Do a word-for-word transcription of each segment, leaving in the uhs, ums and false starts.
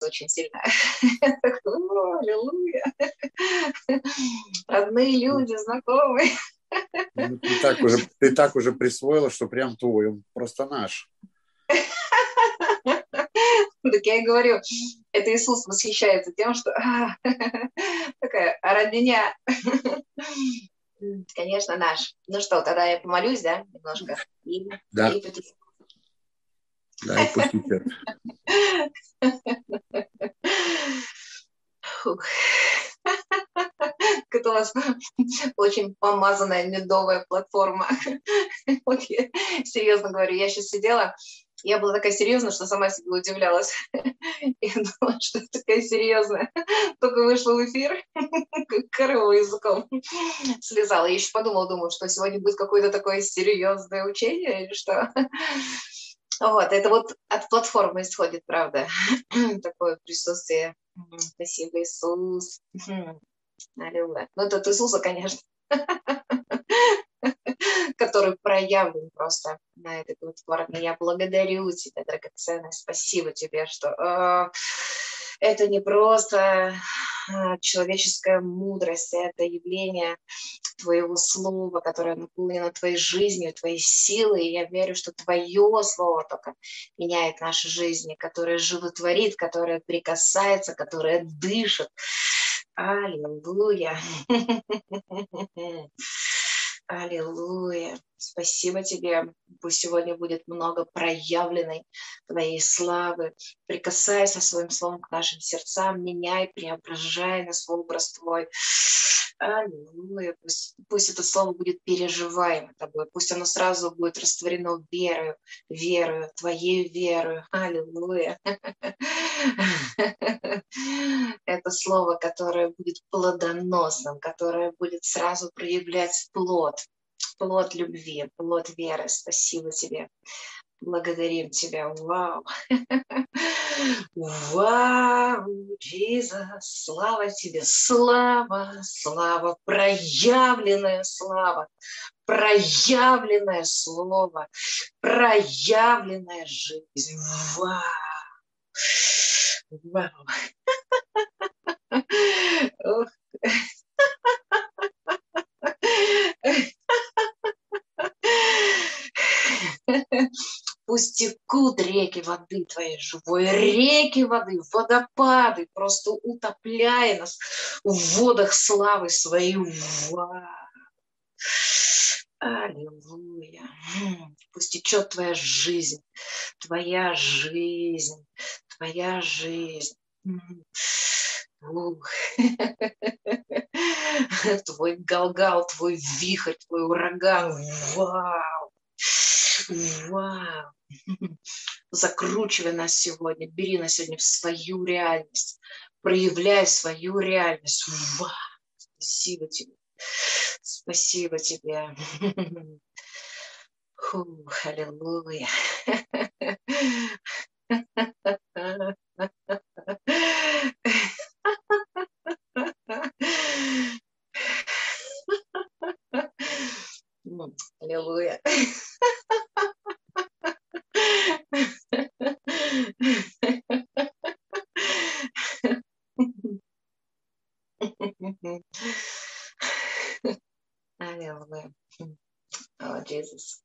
очень сильно. Аллилуйя. Родные люди, знакомые. Ну, ты, так уже, ты так уже присвоила, что прям твой, он просто наш. Так я и говорю, это Иисус восхищается тем, что а, такая родня. Конечно, наш. Ну что, тогда я помолюсь, да, немножко? И, Да. и потихоньку. Да, и пусть идет. Фух. Это у вас очень помазанная медовая платформа. Вот я серьезно говорю, я сейчас сидела, я была такая серьезная, что сама себе удивлялась. Я думала, что я такая серьезная. Только вышла в эфир, как корова языком слезала. Я еще подумала, думаю, что сегодня будет какое-то такое серьезное учение или что. Вот, это вот от платформы исходит, правда. Такое присутствие. Спасибо, Иисус. Аллилуйя. Ну, это от Иисуса, конечно, который проявлен просто на этой платформе. Я благодарю тебя, драгоценная. Спасибо тебе, что э, это не просто э, человеческая мудрость, это явление твоего слова, которое наполнено твоей жизнью, твоей силой. И я верю, что твое слово только меняет наши жизни, которое животворит, которое прикасается, которое дышит. Аллилуйя. Аллилуйя. Спасибо тебе. Пусть сегодня будет много проявленной твоей славы. Прикасайся своим словом к нашим сердцам, меняй, преображай нас в образ твой. Аллилуйя. Пусть, пусть это слово будет переживаемо тобой. Пусть оно сразу будет растворено верою, верою, твоей верою. Аллилуйя. Это слово, которое будет плодоносным, которое будет сразу проявлять плод, плод любви, плод веры. Спасибо тебе. Благодарим тебя. Вау. Вау, Иисус. Слава тебе. Слава, слава, проявленная слава, проявленное слово, проявленная жизнь. Вау. Вау. Ох. Пусть текут реки воды твоей живой, реки воды, водопады, просто утопляя нас в водах славы своей. Вау. Аллилуйя. Пусть течет твоя жизнь, твоя жизнь, твоя жизнь. Ух. Твой галгал, твой вихрь, твой ураган. Вау. Вау. Закручивай нас сегодня, бери нас сегодня в свою реальность, проявляй свою реальность. Вау. Спасибо тебе. Спасибо тебе. Фух, аллилуйя. Аллилуйя. Аллилуйя. О, Иисус.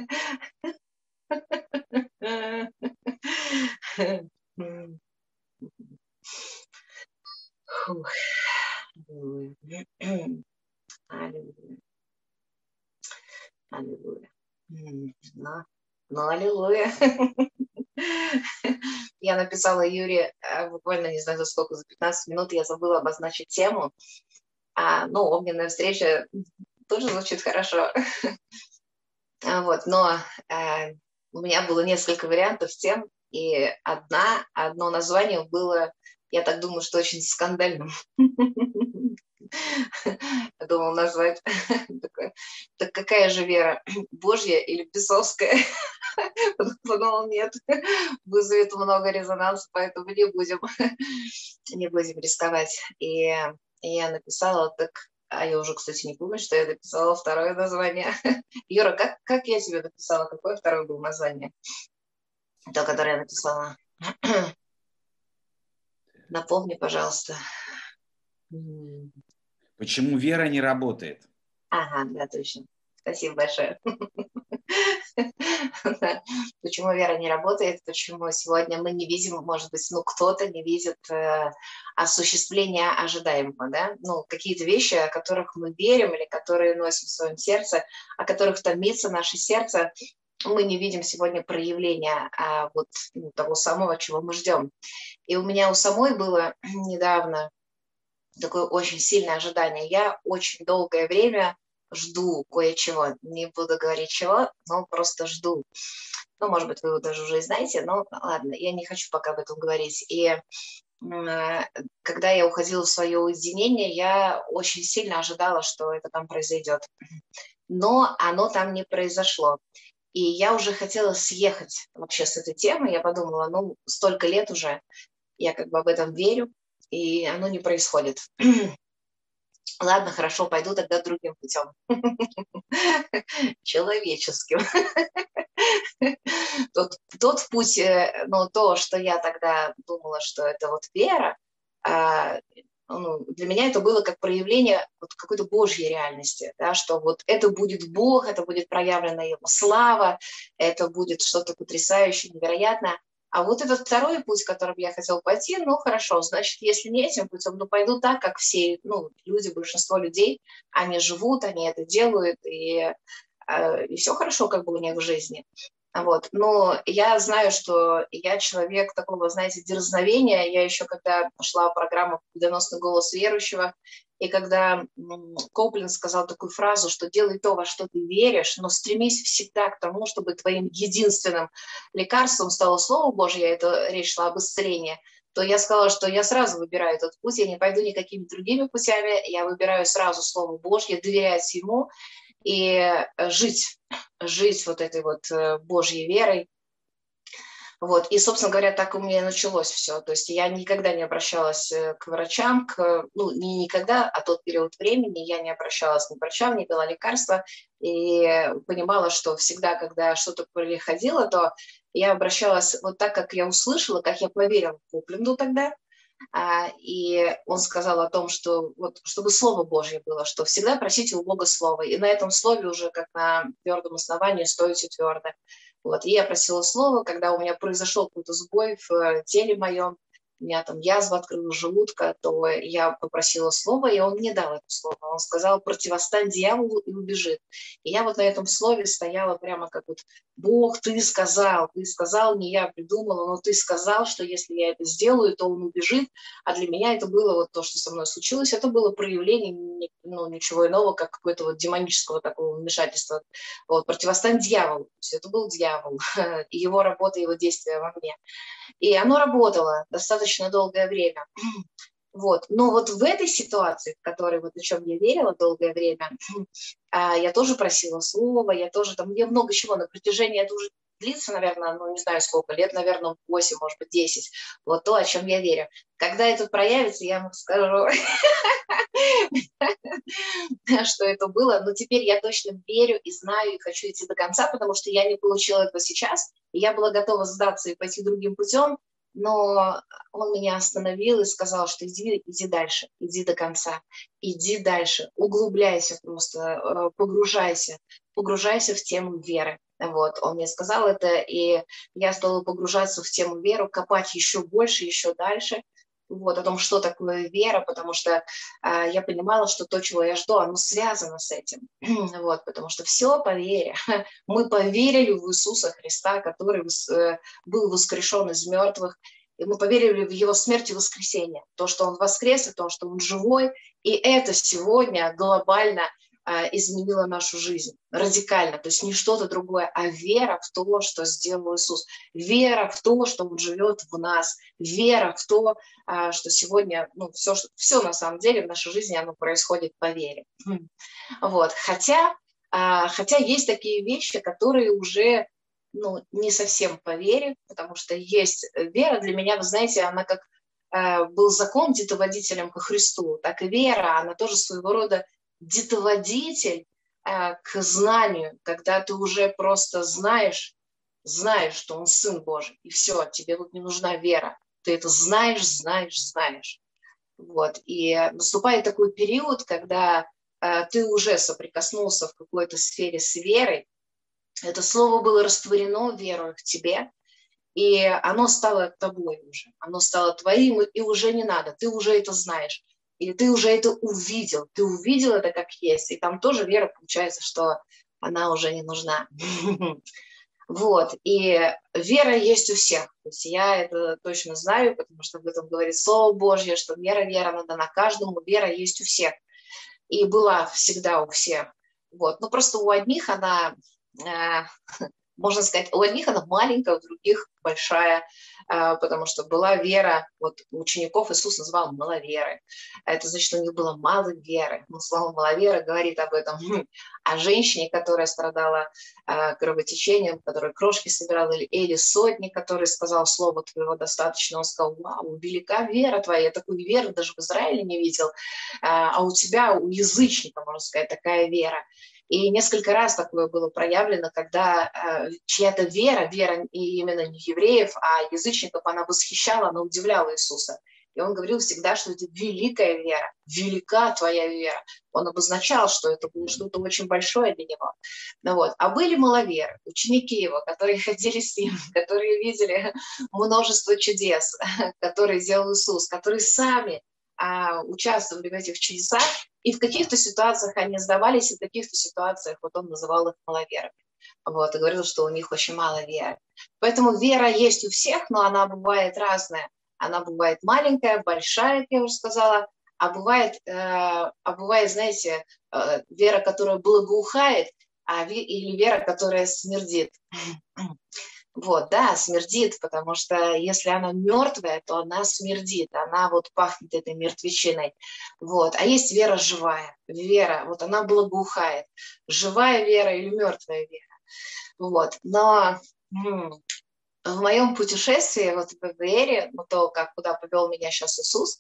Фух. Аллилуйя. Аллилуйя. Аллилуйя. Ну, ну, аллилуйя. Я написала Юре буквально, не знаю, за сколько, за пятнадцать минут я забыла обозначить тему. А, ну, огненная встреча тоже звучит хорошо. Вот, но э, у меня было несколько вариантов тем, и одна, одно название было, я так думаю, что очень скандальным. Я думала назвать такое. Так какая же вера, Божья или бесовская? Подумала, нет, вызовет много резонанса, поэтому не будем, не будем рисковать. И я написала так, а я уже, кстати, не помню, что я написала второе название. Юра, как, как я тебе написала? Какое второе было название? То, которое я написала. Напомни, пожалуйста. Почему вера не работает? Ага, да, точно. Спасибо большое. Почему вера не работает? Почему сегодня мы не видим, может быть, ну кто-то не видит э, осуществления ожидаемого, да? Ну, какие-то вещи, о которых мы верим или которые носим в своем сердце, о которых томится наше сердце, мы не видим сегодня проявления а, вот, ну, того самого, чего мы ждем. И у меня у самой было недавно такое очень сильное ожидание. Я очень долгое время жду кое-чего. Не буду говорить чего, но просто жду. Ну, может быть, вы его даже уже и знаете, но ладно, я не хочу пока об этом говорить. И э, когда я уходила в свое уединение, я очень сильно ожидала, что это там произойдет. Но оно там не произошло. И я уже хотела съехать вообще с этой темы. Я подумала, ну, столько лет уже, я как бы об этом верю, и оно не происходит. Ладно, хорошо, пойду тогда другим путем. Человеческим. Тот, тот путь, ну, то, что я тогда думала, что это вот вера, а, ну, для меня это было как проявление вот какой-то Божьей реальности, да, что вот это будет Бог, это будет проявлена Его слава, это будет что-то потрясающее, невероятное. А вот этот второй путь, которым я хотела пойти, ну, хорошо, значит, если не этим путем, ну, пойду так, как все, ну, люди, большинство людей, они живут, они это делают, и, и все хорошо как бы у них в жизни. Вот. Но я знаю, что я человек такого, знаете, дерзновения. Я еще когда шла программу «Победоносный голос верующего», и когда Коплин сказал такую фразу, что делай то, во что ты веришь, но стремись всегда к тому, чтобы твоим единственным лекарством стало Слово Божье, это речь шла об исцелении, то я сказала, что я сразу выбираю этот путь, я не пойду никакими другими путями, я выбираю сразу Слово Божье, доверять Ему и жить, жить вот этой вот Божьей верой. Вот. И, собственно говоря, так у меня и началось все. То есть я никогда не обращалась к врачам, к, ну, не никогда, а тот период времени я не обращалась ни к врачам, не пила лекарства. И понимала, что всегда, когда что-то происходило, то я обращалась вот так, как я услышала, как я поверила Копленду тогда. И он сказал о том, что вот, чтобы Слово Божье было, что всегда просите у Бога Слово. И на этом слове уже как на твердом основании стойте твердо. Вот. И я просила Слово, когда у меня произошел какой-то сбой в теле моем, у меня там язва открылась желудка, то я попросила Слово, и он мне дал это Слово. Он сказал: противостань дьяволу и убежит. И я вот на этом слове стояла прямо как вот: Бог, ты сказал, ты сказал, не я придумала, но ты сказал, что если я это сделаю, то он убежит. А для меня это было вот то, что со мной случилось, это было проявление, ну, ничего иного, как какое-то вот демонического такого вмешательства. Вот, противостань дьяволу. То есть это был дьявол, его работа, его действия во мне. И оно работало достаточно долгое время. Вот. Но вот в этой ситуации, в которой вот о чем я верила долгое время, я тоже просила Слова, я тоже там, я много чего на протяжении, это уже длится, наверное, ну не знаю сколько лет, наверное, восемь, может быть, десять. Вот то, о чем я верю. Когда это проявится, я вам скажу, что это было. Но теперь я точно верю и знаю, и хочу идти до конца, потому что я не получила этого сейчас, и я была готова сдаться и пойти другим путем, но он меня остановил и сказал, что иди, иди дальше, иди до конца, иди дальше, углубляйся просто, погружайся, погружайся в тему веры. Вот, он мне сказал это, и я стала погружаться в тему веры, копать еще больше, еще дальше, вот, о том, что такое вера, потому что а, я понимала, что то, чего я жду, оно связано с этим, вот, потому что все по вере. Мы поверили в Иисуса Христа, который был воскрешен из мертвых, и мы поверили в Его смерть и воскресение, то, что Он воскрес, и то, что Он живой, и это сегодня глобально изменила нашу жизнь радикально, то есть не что-то другое, а вера в то, что сделал Иисус, вера в то, что Он живет в нас, вера в то, что сегодня, ну, все, все на самом деле в нашей жизни, оно происходит по вере. Вот. Хотя, хотя есть такие вещи, которые уже, ну, не совсем по вере, потому что есть вера для меня, вы знаете, она как был закон детоводителем ко Христу, так и вера, она тоже своего рода детоводитель э, к знанию, когда ты уже просто знаешь, знаешь, что он Сын Божий, и все, тебе вот не нужна вера. ты это знаешь, знаешь, знаешь. Вот. И наступает такой период, когда э, ты уже соприкоснулся в какой-то сфере с верой, это слово было растворено верой в тебе, и оно стало тобой уже, оно стало твоим, и уже не надо, ты уже это знаешь, и ты уже это увидел, ты увидел это как есть, и там тоже вера, получается, что она уже не нужна. Вот, и вера есть у всех, то есть я это точно знаю, потому что об этом говорит Слово Божье, что вера, вера надо на каждому, вера есть у всех, и была всегда у всех, вот, но просто у одних она, э, можно сказать, у одних она маленькая, у других большая, э, потому что была вера, вот учеников Иисус назвал маловеры, это значит, у них было мало веры, но слово маловера говорит об этом, о женщине, которая страдала э, кровотечением, которая крошки собирала, или Эли Сотник, который сказал, слово твоего достаточно, он сказал, вау, велика вера твоя, я такую веру даже в Израиле не видел, а у тебя, у язычника, можно сказать, такая вера. И несколько раз такое было проявлено, когда э, чья-то вера, вера и именно не евреев, а язычников, она восхищала, она удивляла Иисуса. И он говорил всегда, что это великая вера, велика твоя вера. Он обозначал, что это было что-то очень большое для него. Ну вот. А были маловеры, ученики его, которые ходили с ним, которые видели множество чудес, которые сделал Иисус, которые сами а, участвовали в этих чудесах, и в каких-то ситуациях они сдавались, и в каких-то ситуациях вот он называл их маловерами. Вот, и говорил, что у них очень мало веры. Поэтому вера есть у всех, но она бывает разная. Она бывает маленькая, большая, как я уже сказала, а бывает, э, а бывает, знаете, э, вера, которая благоухает, а ве- или вера, которая смердит. Вот, да, смердит, потому что если она мертвая, то она смердит, она вот пахнет этой мертвечиной. Вот, а есть вера живая, вера, вот она благоухает, живая вера или мертвая вера. Вот, но м, в моем путешествии вот в вере, ну, то, как куда повел меня сейчас Иисус,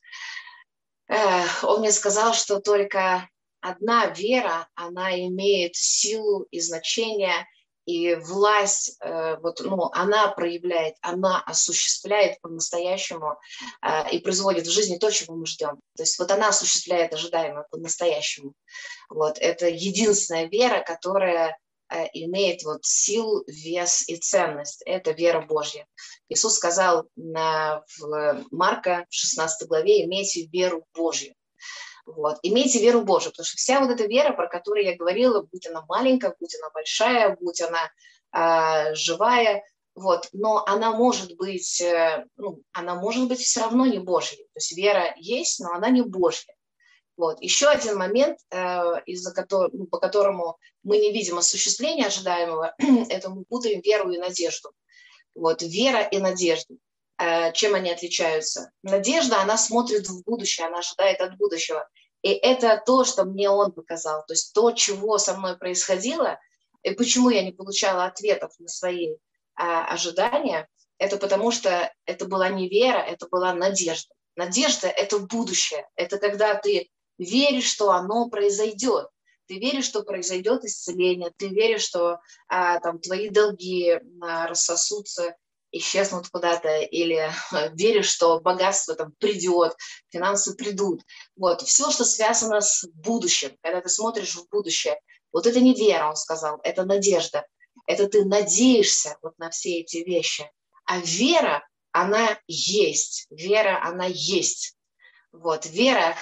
э, он мне сказал, что только одна вера, она имеет силу и значение, и власть, э, вот, ну, она проявляет, она осуществляет по-настоящему э, и производит в жизни то, чего мы ждем. То есть вот она осуществляет ожидаемое по-настоящему. Вот, это единственная вера, которая э, имеет вот силу, вес и ценность. Это вера Божья. Иисус сказал на, в Марка в шестнадцатой главе: имейте веру Божью. Вот. Имейте веру Божию, потому что вся вот эта вера, про которую я говорила, будь она маленькая, будь она большая, будь она э, живая, вот, но она может быть, э, ну, она может быть все равно не Божьей. То есть вера есть, но она не Божья. Вот. Еще один момент, э, из-за которого, ну, по которому мы не видим осуществления ожидаемого, это мы путаем веру и надежду. Вот, вера и надежда. Чем они отличаются? Надежда, она смотрит в будущее, она ожидает от будущего. И это то, что мне он показал. То есть то, чего со мной происходило, и почему я не получала ответов на свои а, ожидания, это потому что это была не вера, это была надежда. Надежда – это будущее. Это когда ты веришь, что оно произойдет. Ты веришь, что произойдет исцеление, ты веришь, что а, там, твои долги а, рассосутся, исчезнут куда-то, или веришь, что богатство там придет, финансы придут. Вот, все, что связано с будущим, когда ты смотришь в будущее, вот это не вера, он сказал, это надежда. Это ты надеешься вот на все эти вещи. А вера, она есть. Вера, она есть. Вот, вера...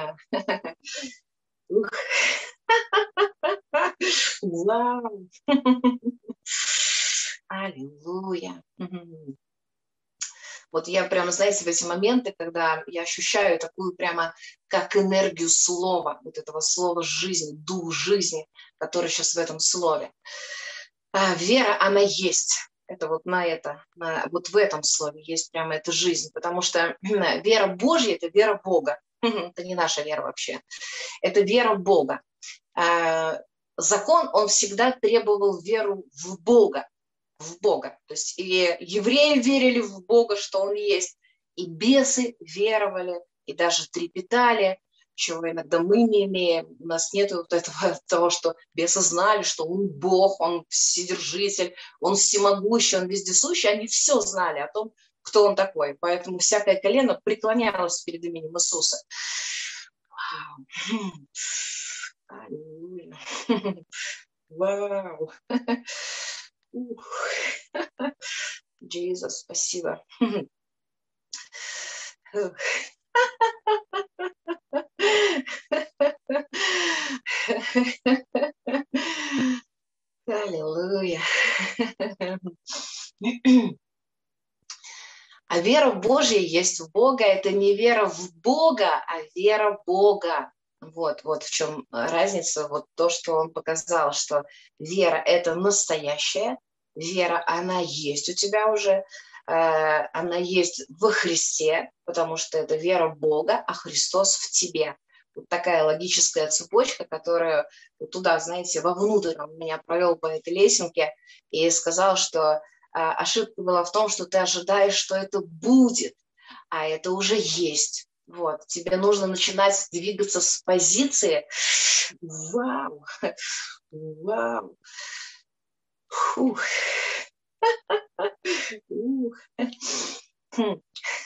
Вау! Аллилуйя! Вот я прямо, знаете, в эти моменты, когда я ощущаю такую прямо как энергию слова, вот этого слова жизни, дух жизни, который сейчас в этом слове. А вера, она есть. Это вот на это, на, вот в этом слове есть прямо эта жизнь, потому что вера Божья – это вера Бога. Это не наша вера вообще. Это вера Бога. Закон, он всегда требовал веру в Бога. В Бога. То есть и евреи верили в Бога, что Он есть, и бесы веровали, и даже трепетали, чего иногда мы не имеем. У нас нет вот этого того, что бесы знали, что Он Бог, Он вседержитель, Он всемогущий, Он вездесущий. Они все знали о том, кто он такой. Поэтому всякое колено преклонялось перед именем Иисуса. Аллилуйя. Вау. Иисус, спасибо. Аллилуйя. А вера в Божья есть в Бога. Это не вера в Бога, а вера в Бога. Вот, вот в чем разница. Вот то, что он показал, что вера – это настоящая. Вера, она есть у тебя уже. Она есть во Христе, потому что это вера в Бога, а Христос в тебе. Вот такая логическая цепочка, которая вот туда, знаете, вовнутрь он меня провел по этой лесенке и сказал, что а, ошибка была в том, что ты ожидаешь, что это будет, а это уже есть. Вот, тебе нужно начинать двигаться с позиции. Вау! Вау! Фух. Ух. Хм.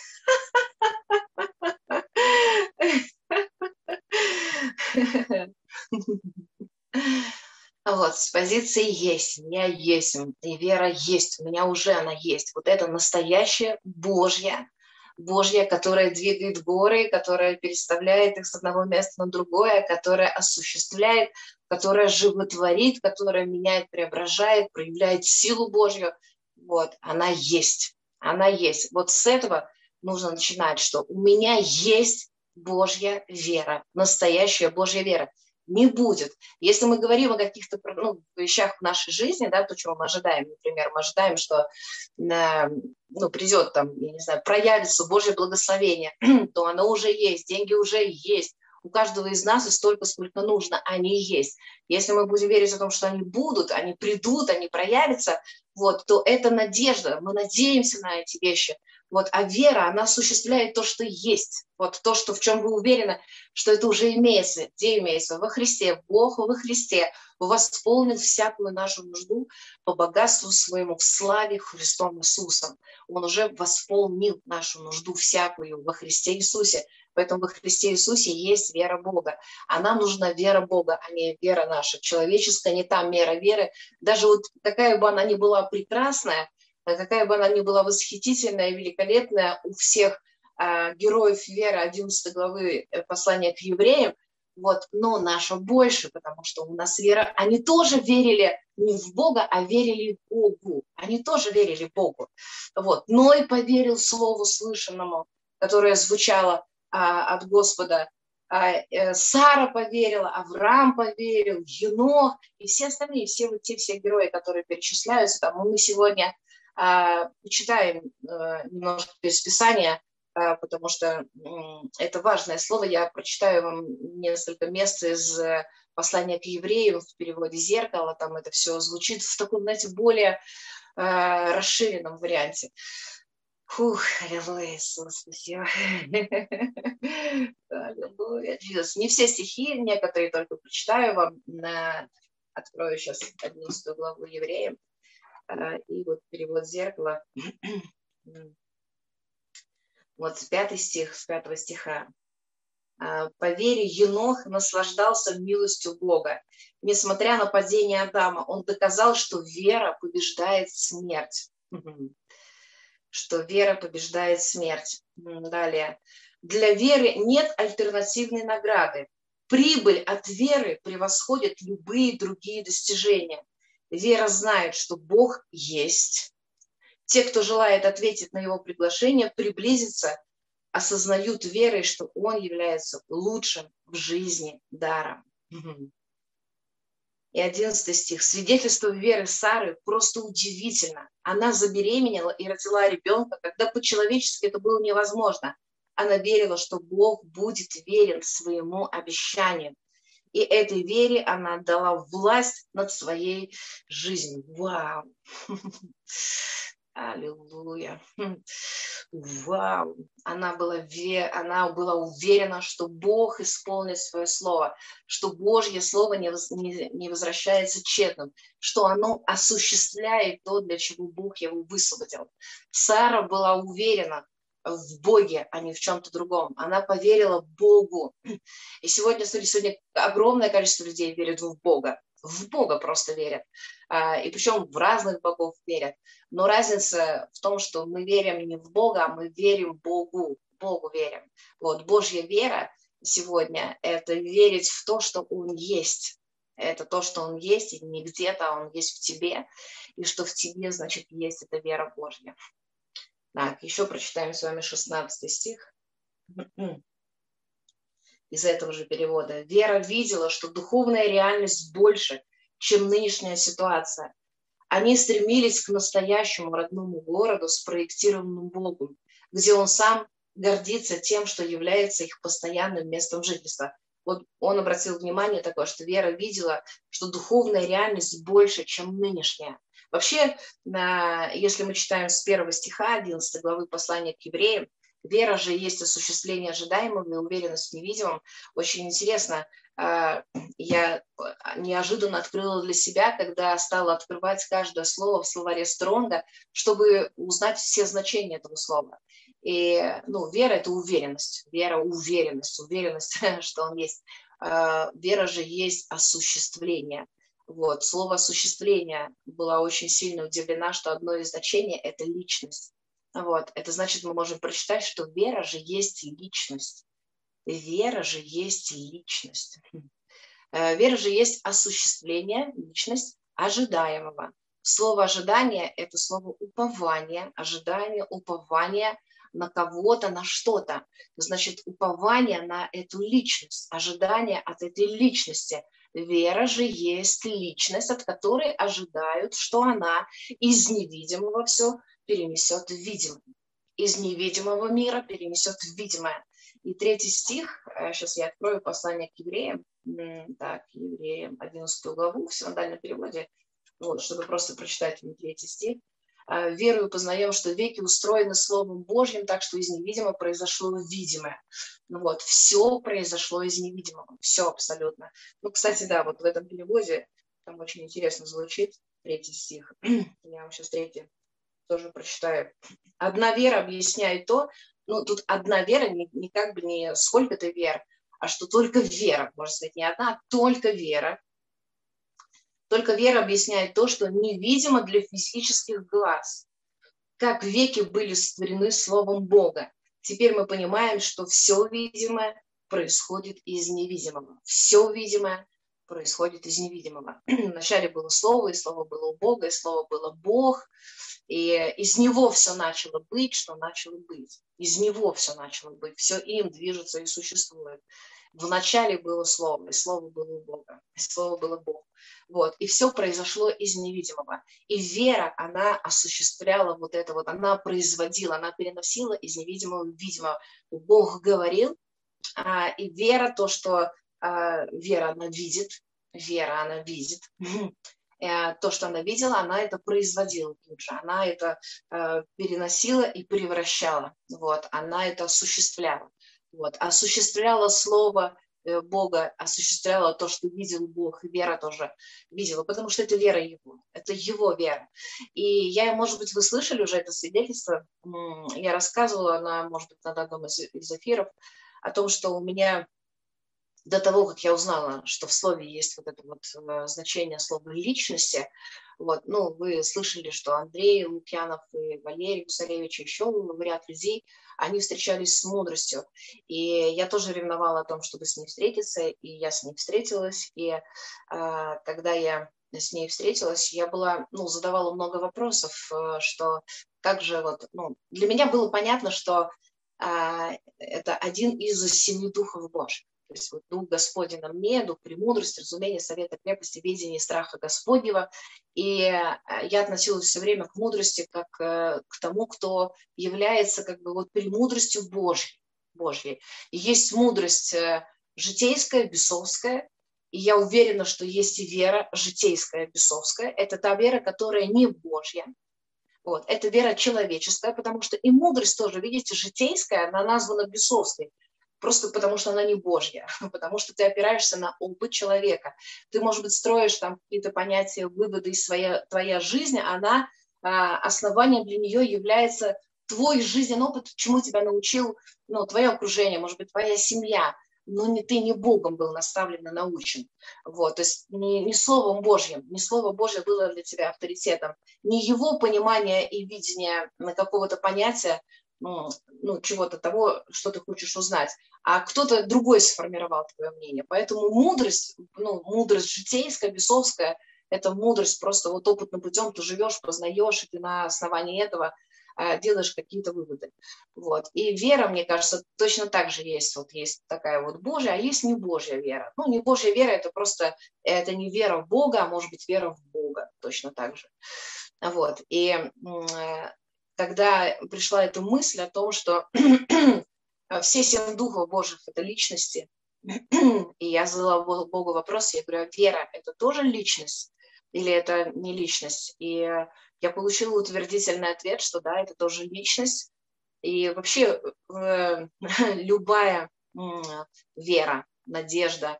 Вот, с позиции есть, у меня есть, и вера есть, у меня уже она есть. Вот это настоящая Божья, Божья, которая двигает горы, которая переставляет их с одного места на другое, которая осуществляет, которая животворит, которая меняет, преображает, проявляет силу Божью. Вот, она есть, она есть. Вот с этого нужно начинать, что у меня есть Божья вера, настоящая Божья вера. Не будет. Если мы говорим о каких-то ну, вещах в нашей жизни, да, то, чего мы ожидаем, например, мы ожидаем, что э, ну, придет там, я не знаю, проявится Божье благословение, то оно уже есть, деньги уже есть. У каждого из нас и столько, сколько нужно, они есть. Если мы будем верить в том, что они будут, они придут, они проявятся, вот, то это надежда, мы надеемся на эти вещи. Вот, а вера, она осуществляет то, что есть. Вот то, что, в чем вы уверены, что это уже имеется. Где имеется? Во Христе. Бог во Христе восполнил всякую нашу нужду по богатству своему в славе Христом Иисусом. Он уже восполнил нашу нужду всякую во Христе Иисусе. Поэтому во Христе Иисусе есть вера Бога. А нам нужна вера Бога, а не вера наша. Человеческая не та мера веры. Даже вот какая бы она ни была прекрасная, какая бы она ни была восхитительная, великолепная у всех э, героев веры одиннадцатой главы послания к евреям, вот, но наша больше, потому что у нас вера, они тоже верили не в Бога, а верили Богу. Они тоже верили Богу. Вот. Ной поверил слову слышанному, которое звучало а, от Господа. А, э, Сара поверила, Авраам поверил, Енох и все остальные, все вот те все герои, которые перечисляются. Там, мы сегодня почитаем немножко из Писания, потому что это важное слово. Я прочитаю вам несколько мест из послания к евреям в переводе «Зеркало». Там это все звучит в таком, знаете, более расширенном варианте. Фух, аллилуйя, Иисус, спасибо. Аллилуйя, Иисус. Не все стихи, некоторые только прочитаю вам. Открою сейчас одиннадцатую главу евреям. И вот перевод «Зеркала». Вот пятый стих, с пятого стиха. «По вере Енох наслаждался милостью Бога. Несмотря на падение Адама, он доказал, что вера побеждает смерть». Что вера побеждает смерть. Далее. «Для веры нет альтернативной награды. Прибыль от веры превосходит любые другие достижения. Вера знает, что Бог есть. Те, кто желает ответить на его приглашение, приблизиться, осознают верой, что он является лучшим в жизни даром». И одиннадцатый стих. «Свидетельство веры Сары просто удивительно. Она забеременела и родила ребенка, когда по-человечески это было невозможно. Она верила, что Бог будет верен своему обещанию. И этой вере она отдала власть над своей жизнью». Вау! Аллилуйя. Вау. Она была, ве... она была уверена, что Бог исполнит свое слово, что Божье слово не, воз... не... не возвращается тщетным, что оно осуществляет то, для чего Бог его высвободил. Сара была уверена в Боге, а не в чем-то другом. Она поверила Богу. И сегодня, смотри, сегодня огромное количество людей верит в Бога. В Бога просто верят. И причем в разных богов верят. Но разница в том, что мы верим не в Бога, а мы верим Богу. Богу верим. Вот Божья вера сегодня – это верить в то, что Он есть. Это то, что Он есть, и не где-то, а Он есть в тебе. И что в тебе, значит, есть эта вера Божья. Так, еще прочитаем с вами шестнадцатый стих. Из этого же перевода. Вера видела, что духовная реальность больше, чем нынешняя ситуация. Они стремились к настоящему родному городу, спроектированному Богом, где Он сам гордится тем, что является их постоянным местом жительства. Вот он обратил внимание такое, что вера видела, что духовная реальность больше, чем нынешняя. Вообще, если мы читаем с первого стиха одиннадцатой главы послания к евреям, вера же есть осуществление ожидаемого и уверенность в невидимом. Очень интересно, я неожиданно открыла для себя, когда стала открывать каждое слово в словаре Стронга, чтобы узнать все значения этого слова. И, ну, вера – это уверенность, вера – уверенность, уверенность, что он есть. Вера же есть осуществление. Вот. Слово «осуществление» была очень сильно удивлена, что одно из значений – это личность. Вот. Это значит, мы можем прочитать, что вера же есть личность. Вера же есть личность. Вера же есть осуществление, личность ожидаемого. Слово «ожидание» – это слово «упование», ожидание, упование на кого-то, на что-то. Значит, упование на эту личность, ожидание от этой личности. Вера же есть личность, от которой ожидают, что она из невидимого все перенесет в видимое. Из невидимого мира перенесет в видимое. И третий стих, сейчас я открою послание к евреям, так, евреям, одиннадцатую главу в синодальном переводе, вот, чтобы просто прочитать мне третий стих. «Верою познаем, что веки устроены Словом Божьим, так что из невидимого произошло видимое». Ну вот, все произошло из невидимого, все абсолютно. Ну, кстати, да, вот в этом переводе там очень интересно звучит третий стих. Я вам сейчас третий тоже прочитаю. «Одна вера объясняет то», ну, тут одна вера, не, не как бы не сколько-то вер, а что только вера, можно сказать, не одна, а только вера. Только вера объясняет то, что невидимо для физических глаз. Как веки были сотворены Словом Бога. Теперь мы понимаем, что все видимое происходит из невидимого. Все видимое происходит из невидимого. Вначале было Слово, и Слово было у Бога, и Слово было Бог. И из Него все начало быть, что начало быть. Из Него все начало быть. Все им движется и существует. Вначале было Слово, и Слово было у Бога, и Слово было Бог. Вот. И все произошло из невидимого. И вера, она осуществляла вот это вот, она производила, она переносила из невидимого в видимого. Бог говорил, а, и вера, то, что а, вера, она видит, вера, она видит, то, что она видела, она это производила тут же, она это э, переносила и превращала, вот, она это осуществляла, вот, осуществляла слово э, Бога, осуществляла то, что видел Бог, и вера тоже видела, потому что это вера Его, это Его вера. И я, может быть, вы слышали уже это свидетельство, я рассказывала, на, может быть, на одном из, из эфиров о том, что у меня до того, как я узнала, что в слове есть вот это вот значение слова личности, вот, ну, вы слышали, что Андрей Лукьянов и Валерий Гусаревич, еще ряд людей, они встречались с мудростью. И я тоже ревновала о том, чтобы с ней встретиться, и я с ней встретилась. И э, когда я с ней встретилась, я была, ну, задавала много вопросов, э, что как же вот, ну, для меня было понятно, что э, это один из семи духов Божьих. То есть вот Дух Господень на мне, Дух премудрости, разумения, совета, крепости, видения и страха Господнего. И я относилась все время к мудрости как к тому, кто является как бы вот премудростью Божьей. Божьей. И есть мудрость житейская, бесовская. И я уверена, что есть и вера житейская, бесовская. Это та вера, которая не Божья. Вот. Это вера человеческая, потому что и мудрость тоже, видите, житейская, она названа бесовской. Просто потому, что она не Божья, потому что ты опираешься на опыт человека. Ты, может быть, строишь там какие-то понятия, выводы, и своя, твоя жизнь, она, а, основанием для нее является твой жизненный опыт, чему тебя научил, ну, твое окружение, может быть, твоя семья, но не ты не Богом был наставлен и научен. Вот, то есть не, не Словом Божьим, не Слово Божье было для тебя авторитетом, не его понимание и видение какого-то понятия, ну, ну, чего-то того, что ты хочешь узнать, а кто-то другой сформировал твое мнение. Поэтому мудрость, ну, мудрость житейская, бесовская, это мудрость просто вот опытным путем, ты живешь, познаешь, и ты на основании этого а, делаешь какие-то выводы. Вот. И вера, мне кажется, точно так же есть. Вот есть такая вот Божья, а есть не Божья вера. Ну, не Божья вера, это просто, это не вера в Бога, а может быть вера в Бога, точно так же. Вот. И когда пришла эта мысль о том, что все семь духов Божьих – это личности, и я задала Богу вопрос, я говорю, а вера – это тоже личность или это не личность? И я получила утвердительный ответ, что да, это тоже личность. И вообще любая вера, надежда,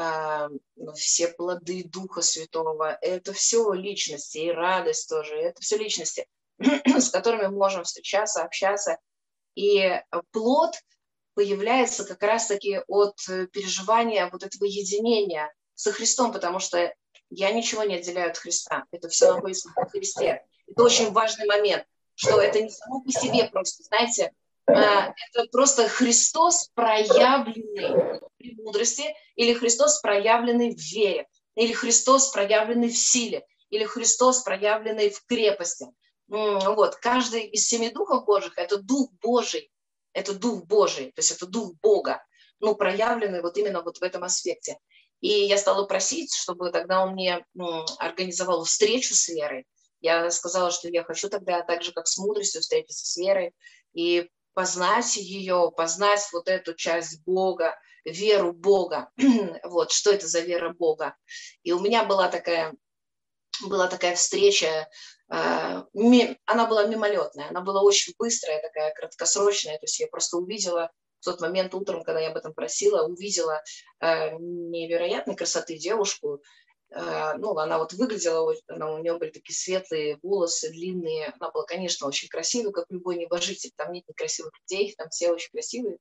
все плоды Духа Святого – это все личности, и радость тоже, это все личности, с которыми мы можем встречаться, общаться. И плод появляется как раз-таки от переживания вот этого единения со Христом, потому что я ничего не отделяю от Христа. Это все находится в Христе. Это очень важный момент, что это не само по себе просто, знаете, это просто Христос, проявленный в мудрости, или Христос, проявленный в вере, или Христос, проявленный в силе, или Христос, проявленный в крепости. Вот, каждый из семи духов Божьих – это Дух Божий, это Дух Божий, то есть это Дух Бога, ну, проявленный вот именно вот в этом аспекте. И я стала просить, чтобы тогда он мне ну, организовал встречу с верой. Я сказала, что я хочу тогда так же, как с мудростью, встретиться с верой и познать ее, познать вот эту часть Бога, веру Бога. Вот, что это за вера Бога. И у меня была такая, была такая встреча, она была мимолетная, она была очень быстрая, такая краткосрочная, то есть я просто увидела в тот момент утром, когда я об этом просила, увидела невероятной красоты девушку. Ну, она вот выглядела, она, у нее были такие светлые волосы, длинные. Она была, конечно, очень красивой, как любой небожитель. Там нет некрасивых людей, там все очень красивые.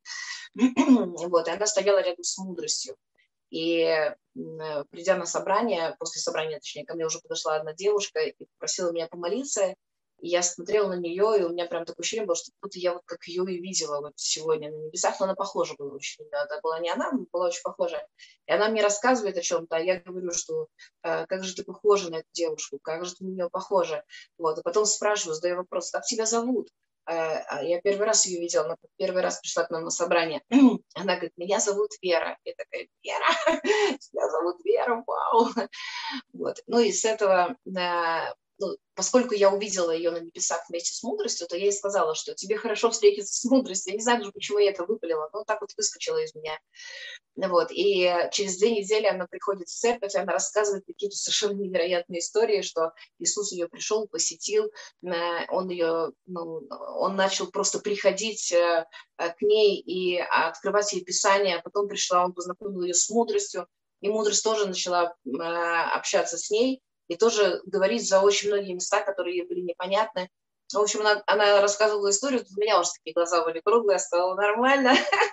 Вот, и она стояла рядом с мудростью. И придя на собрание, после собрания, точнее, ко мне уже подошла одна девушка и попросила меня помолиться. И я смотрела на нее, и у меня прям такое ощущение было, что будто я вот как ее и видела вот сегодня на небесах, но она похожа была очень. Это была не она, была очень похожа. И она мне рассказывает о чем-то, а я говорю, что э, как же ты похожа на эту девушку, как же ты на нее похожа. Вот. И потом спрашиваю, задаю вопрос, как тебя зовут? Э, я первый раз ее видела, она первый раз пришла к нам на собрание. Она говорит, меня зовут Вера. Я такая, Вера? Тебя зовут Вера, вау. Вот. Ну и с этого... Э, Ну, поскольку я увидела ее на небесах вместе с мудростью, то я ей сказала, что тебе хорошо встретиться с мудростью. Я не знаю даже, почему я это выпалила, но так вот выскочила из меня. Вот. И через две недели она приходит в церковь, она рассказывает какие-то совершенно невероятные истории, что Иисус ее пришел, посетил, он, ее, ну, он начал просто приходить к ней и открывать ей Писание, а потом пришла, он познакомил ее с мудростью, и мудрость тоже начала общаться с ней, и тоже говорить за очень многие места, которые ей были непонятны. В общем, она, она рассказывала историю, у меня уже такие глаза были круглые, я сказала, нормально.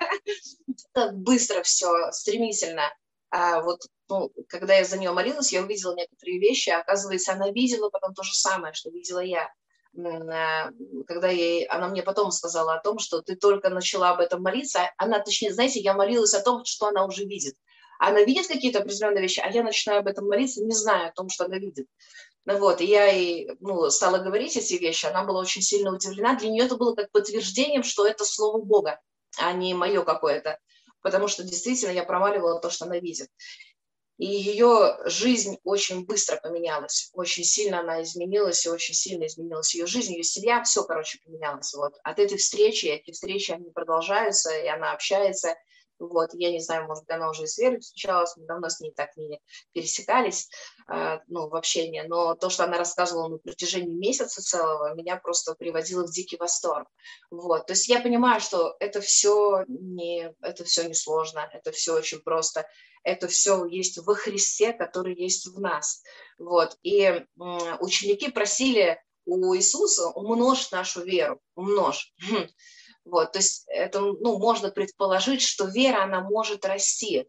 Так быстро все, стремительно. А вот, ну, когда я за нее молилась, я увидела некоторые вещи, а оказывается, она видела потом то же самое, что видела я. Когда ей, она мне потом сказала о том, что ты только начала об этом молиться, она, точнее, знаете, я молилась о том, что она уже видит. Она видит какие-то определенные вещи, а я начинаю об этом молиться, не зная о том, что она видит. Ну вот, и я ей ну, стала говорить эти вещи, она была очень сильно удивлена. Для нее это было как подтверждением, что это слово Бога, а не мое какое-то. Потому что действительно я промаливала то, что она видит. И ее жизнь очень быстро поменялась, очень сильно она изменилась, и очень сильно изменилась ее жизнь, ее семья, все, короче, поменялось. Вот. От этой встречи, эти встречи, они продолжаются, и она общается. Вот, я не знаю, может, она уже и с Верой встречалась, мы давно с ней так не пересекались, э, ну, в общении, но то, что она рассказывала на протяжении месяца целого, меня просто приводило в дикий восторг. Вот, то есть я понимаю, что это все не, это все не сложно, это все очень просто, это все есть во Христе, который есть в нас. Вот, и э, ученики просили у Иисуса: умножь нашу веру, умножь. Вот, то есть это, ну, можно предположить, что вера, она может расти.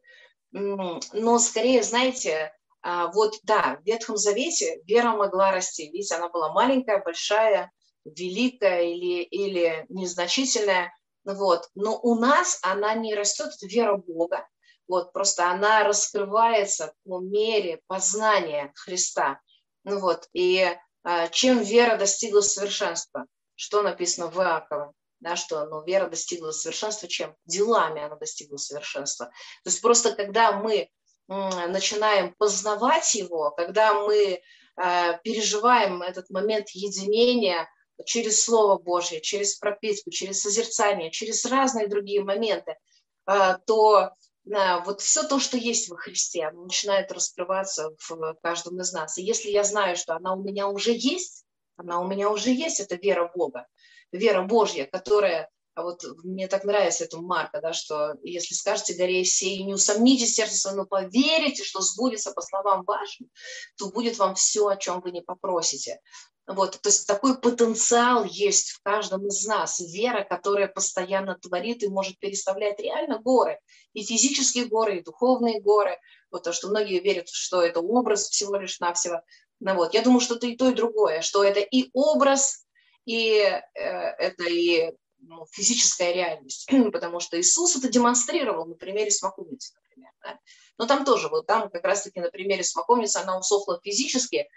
Но скорее, знаете, вот да, в Ветхом Завете вера могла расти. Видите, она была маленькая, большая, великая или, или незначительная. Вот. Но у нас она не растет, это вера Бога. Вот, просто она раскрывается по мере познания Христа. Ну вот, и а, чем вера достигла совершенства? Что написано в Иакова? Да, что ну, вера достигла совершенства чем? Делами она достигла совершенства. То есть просто когда мы м, начинаем познавать его, когда мы э, переживаем этот момент единения через Слово Божье, через пропитку, через созерцание, через разные другие моменты, э, то э, вот все то, что есть во Христе, оно начинает раскрываться в каждом из нас. И если я знаю, что она у меня уже есть, она у меня уже есть, это вера Бога, вера Божья, которая, вот мне так нравится это Марка, да, что если скажете горе сей, не усомнитесь в сердце своем, но поверите, что сбудется по словам вашим, то будет вам все, о чем вы не попросите. Вот, то есть такой потенциал есть в каждом из нас, вера, которая постоянно творит и может переставлять реально горы, и физические горы, и духовные горы, вот то, что многие верят, что это образ всего лишь навсего. Ну, вот, я думаю, что это и то, и другое, что это и образ, и э, это и ну, физическая реальность, потому что Иисус это демонстрировал на примере смоковницы, например. Да? Но там тоже, вот там как раз-таки на примере смоковницы она усохла физически,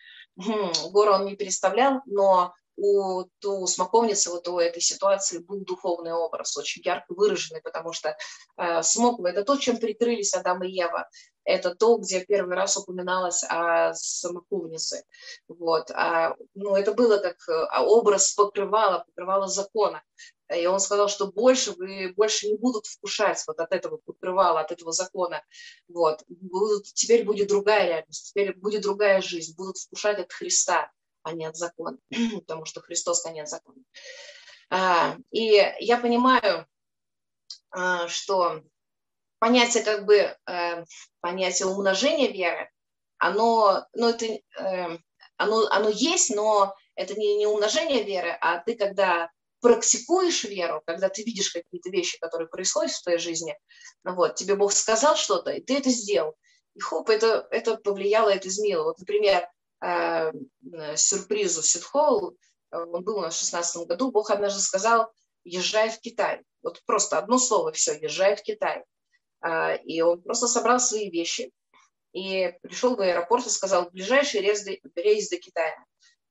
гору он не переставлял, но у ту смоковницы, вот у этой ситуации был духовный образ, очень ярко выраженный, потому что э, смоква – это то, чем прикрылись Адам и Ева. Это то, где первый раз упоминалось о смоковнице. Вот. А, ну, это было как образ покрывала, покрывала закона. И он сказал, что больше вы больше не будут вкушать вот от этого покрывала, от этого закона. Вот. Будут, теперь будет другая реальность, теперь будет другая жизнь. Будут вкушать от Христа, а не от закона, потому что Христос конец закона. А, и я понимаю, а, что понятие как бы э, понятие умножения веры, оно, ну, это, э, оно, оно есть, но это не, не умножение веры, а ты когда практикуешь веру, когда ты видишь какие-то вещи, которые происходят в твоей жизни, вот, тебе Бог сказал что-то, и ты это сделал. И хоп, это, это повлияло, это изменило. Вот, например, э, сюрпризу Ситхол, он был у нас в шестнадцатом году, Бог однажды сказал: езжай в Китай. Вот просто одно слово, все, езжай в Китай. И он просто собрал свои вещи и пришел в аэропорт и сказал: ближайший рейс до, рейс до Китая.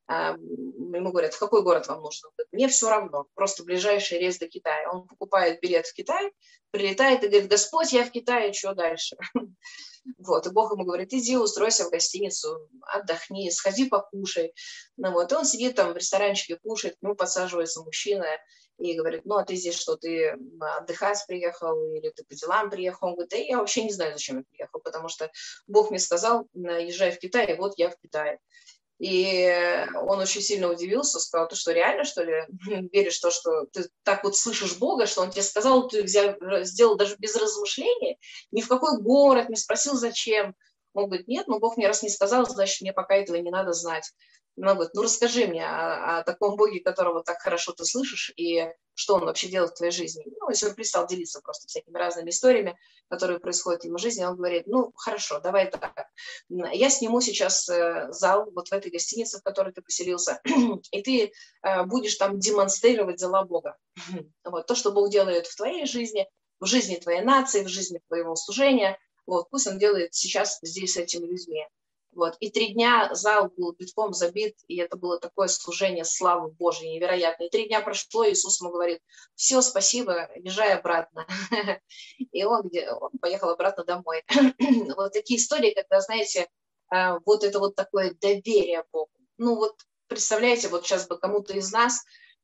Ему говорят: в какой город вам нужно? Мне все равно, просто ближайший рейс до Китая. Он покупает билет в Китай, прилетает и говорит: Господь, я в Китае, что дальше? Вот, и Бог ему говорит: иди, устройся в гостиницу, отдохни, сходи покушай. Ну, вот, и он сидит там в ресторанчике, кушает, к нему подсаживается мужчина и говорит: ну, а ты здесь что, ты отдыхать приехал или ты по делам приехал? Он говорит: да я вообще не знаю, зачем я приехал, потому что Бог мне сказал: езжай в Китай, и вот я в Китае. И он очень сильно удивился, сказал: ты что, реально, что ли, веришь в то, что ты так вот слышишь Бога, что он тебе сказал, ты взял, сделал даже без размышления, ни в какой город, не спросил, зачем. Он говорит: нет, ну Бог мне раз не сказал, значит, мне пока этого не надо знать. Он говорит: ну расскажи мне о, о таком Боге, которого так хорошо ты слышишь, и что он вообще делает в твоей жизни. Ну, и сюрприз стал делиться просто всякими разными историями, которые происходят в его жизни. Он говорит: ну, хорошо, давай так. Я сниму сейчас зал вот в этой гостинице, в которой ты поселился, и ты будешь там демонстрировать дела Бога. Вот, то, что Бог делает в твоей жизни, в жизни твоей нации, в жизни твоего служения, вот, пусть он делает сейчас здесь с этими людьми. Вот. И три дня зал был битком забит, и это было такое служение славы Божьей невероятное. И три дня прошло, и Иисус ему говорит: все, спасибо, езжай обратно. И он, где, он поехал обратно домой. Вот такие истории, когда, знаете, вот это вот такое доверие Богу. Ну вот представляете, вот сейчас бы кому-то из нас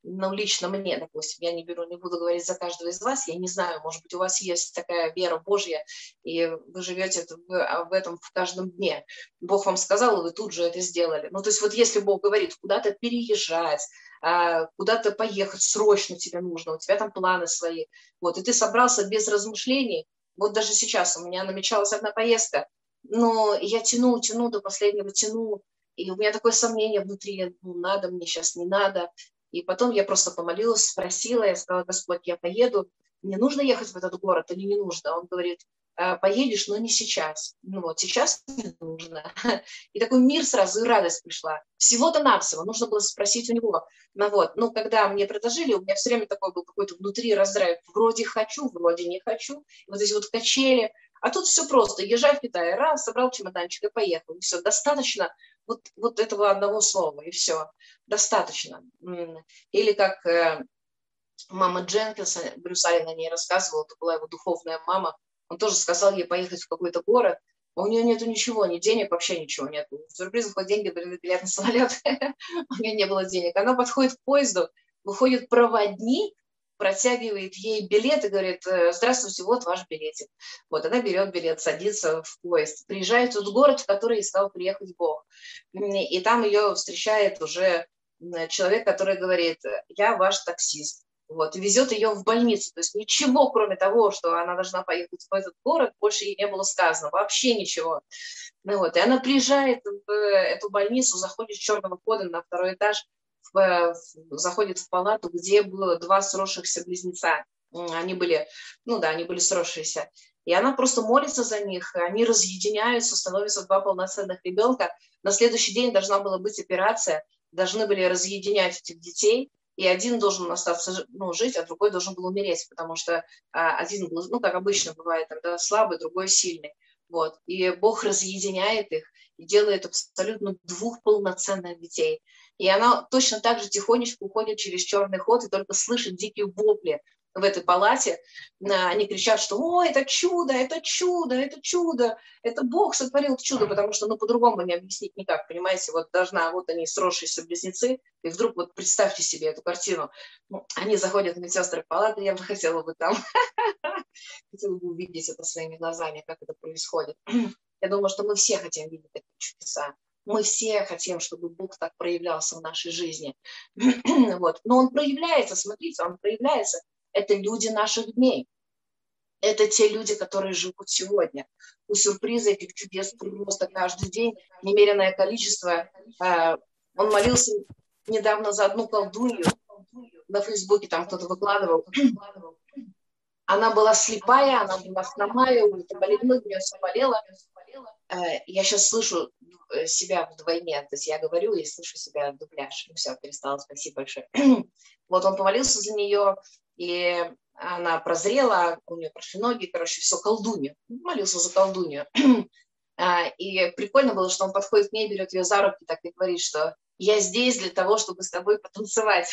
ну, лично мне, допустим, я не беру, не буду говорить за каждого из вас, я не знаю, может быть, у вас есть такая вера Божья, и вы живете в, в этом в каждом дне. Бог вам сказал, и вы тут же это сделали. Ну, то есть вот если Бог говорит куда-то переезжать, куда-то поехать, срочно тебе нужно, у тебя там планы свои, вот, и ты собрался без размышлений, вот даже сейчас у меня намечалась одна поездка, но я тяну, тяну до последнего, тяну, и у меня такое сомнение внутри, ну, надо мне сейчас, не надо. И потом я просто помолилась, спросила, я сказала: Господь, я поеду, мне нужно ехать в этот город или не нужно? Он говорит: поедешь, но не сейчас. Ну вот, сейчас не нужно. И такой мир сразу, и радость пришла. Всего-то навсего, нужно было спросить у него. Ну вот, ну когда мне предложили, у меня все время такой был какой-то внутри раздрайв. Вроде хочу, вроде не хочу. И вот эти вот качели. А тут все просто. Езжай в Китай, раз, собрал чемоданчик и поехал. И все, достаточно вот, вот этого одного слова, и все. Достаточно. Или как э, мама Дженкинса, Брюс Аллен о ней рассказывал, это была его духовная мама, он тоже сказал ей поехать в какой-то город, а у нее нету ничего, ни денег, вообще ничего нету. Сюрприз, хоть деньги, билет на самолет, у нее не было денег. Она подходит к поезду, выходит проводник, протягивает ей билет и говорит: здравствуйте, вот ваш билетик. Вот она берет билет, садится в поезд, приезжает в тот город, в который искал приехать Бог. И там ее встречает уже человек, который говорит: я ваш таксист. Вот, и везет ее в больницу. То есть ничего, кроме того, что она должна поехать в этот город, больше ей не было сказано. Вообще ничего. Ну вот, и она приезжает в эту больницу, заходит с черного хода на второй этаж, в, заходит в палату, где было два сросшихся близнеца. Они были, ну да, они были сросшиеся. И она просто молится за них, они разъединяются, становятся два полноценных ребенка. На следующий день должна была быть операция, должны были разъединять этих детей, и один должен остаться, ну, жить, а другой должен был умереть, потому что а, один был, ну, как обычно бывает, тогда слабый, другой сильный. Вот. И Бог разъединяет их и делает абсолютно двух полноценных детей. И она точно так же тихонечко уходит через черный ход и только слышит дикие вопли в этой палате. Они кричат, что «Ой, это чудо, это чудо, это чудо, это Бог сотворил чудо», потому что, ну, по-другому не объяснить никак, понимаете, вот должна, вот они сросшиеся близнецы, и вдруг вот представьте себе эту картину. Ну, они заходят в медсестры в палату, я бы хотела бы там, хотела бы увидеть это своими глазами, как это происходит. Я думаю, что мы все хотим видеть такие чудеса. Мы все хотим, чтобы Бог так проявлялся в нашей жизни. Вот. Но Он проявляется, смотрите, Он проявляется. Это люди наших дней. Это те люди, которые живут сегодня. У сюрприза этих чудес просто каждый день немеренное количество. Он молился недавно за одну колдунью. На Фейсбуке там кто-то выкладывал. Она была слепая, она была хромая, у нее болело, у нее все болело. Я сейчас слышу себя вдвойне, то есть я говорю и слышу себя в дубляж. Ну все, перестала, спасибо большое. Вот он помолился за нее, и она прозрела, у нее прошли ноги, короче, все, колдунья. Молился за колдунью. И прикольно было, что он подходит к ней, берет ее за руки так и говорит, что я здесь для того, чтобы с тобой потанцевать.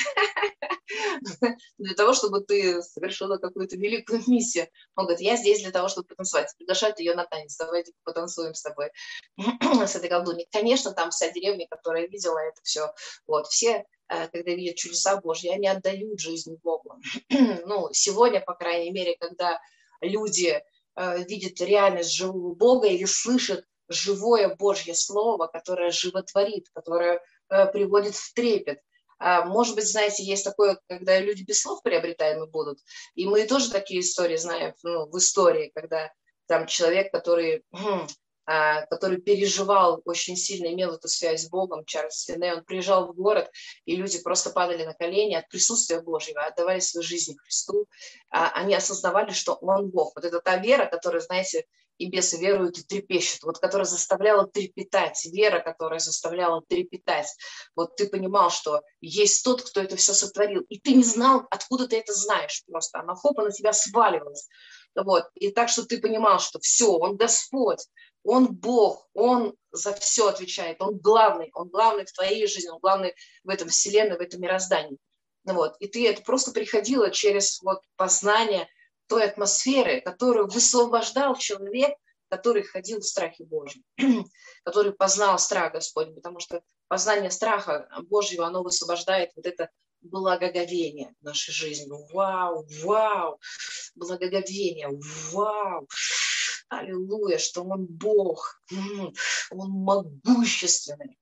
Для того, чтобы ты совершила какую-то великую миссию. Он говорит, я здесь для того, чтобы потанцевать. Приглашает ее на танец, давайте потанцуем с тобой. С этой колдуньей. Конечно, там вся деревня, которая видела это все. Вот, все, когда видят чудеса Божьи, они отдают жизнь Богу. Ну, сегодня, по крайней мере, когда люди видят реальность живого Бога или слышат живое Божье Слово, которое животворит, которое приводит в трепет. Может быть, знаете, есть такое, когда люди без слов приобретаемы будут. И мы тоже такие истории знаем, ну, в истории, когда там человек, который, который переживал очень сильно, имел эту связь с Богом, Чарльз Финней, он приезжал в город, и люди просто падали на колени от присутствия Божьего, отдавали свою жизнь Христу. Они осознавали, что Он Бог. Вот это та вера, которая, знаете, и бесы веруют и трепещут, вот которая заставляла трепетать, вера, которая заставляла трепетать. Вот ты понимал, что есть тот, кто это все сотворил, и ты не знал, откуда ты это знаешь просто. Она хопа на тебя сваливалась. Вот. И так, что ты понимал, что все, Он Господь, Он Бог, Он за все отвечает, Он главный, Он главный в твоей жизни, Он главный в этом вселенной, в этом мироздании. Вот. И ты это просто приходило через вот познание той атмосферы, которую высвобождал человек, который ходил в страхе Божьем, который познал страх Господень, потому что познание страха Божьего, оно высвобождает вот это благоговение в нашей жизни. Вау, вау, благоговение, вау. Аллилуйя, что Он Бог, Он могущественный,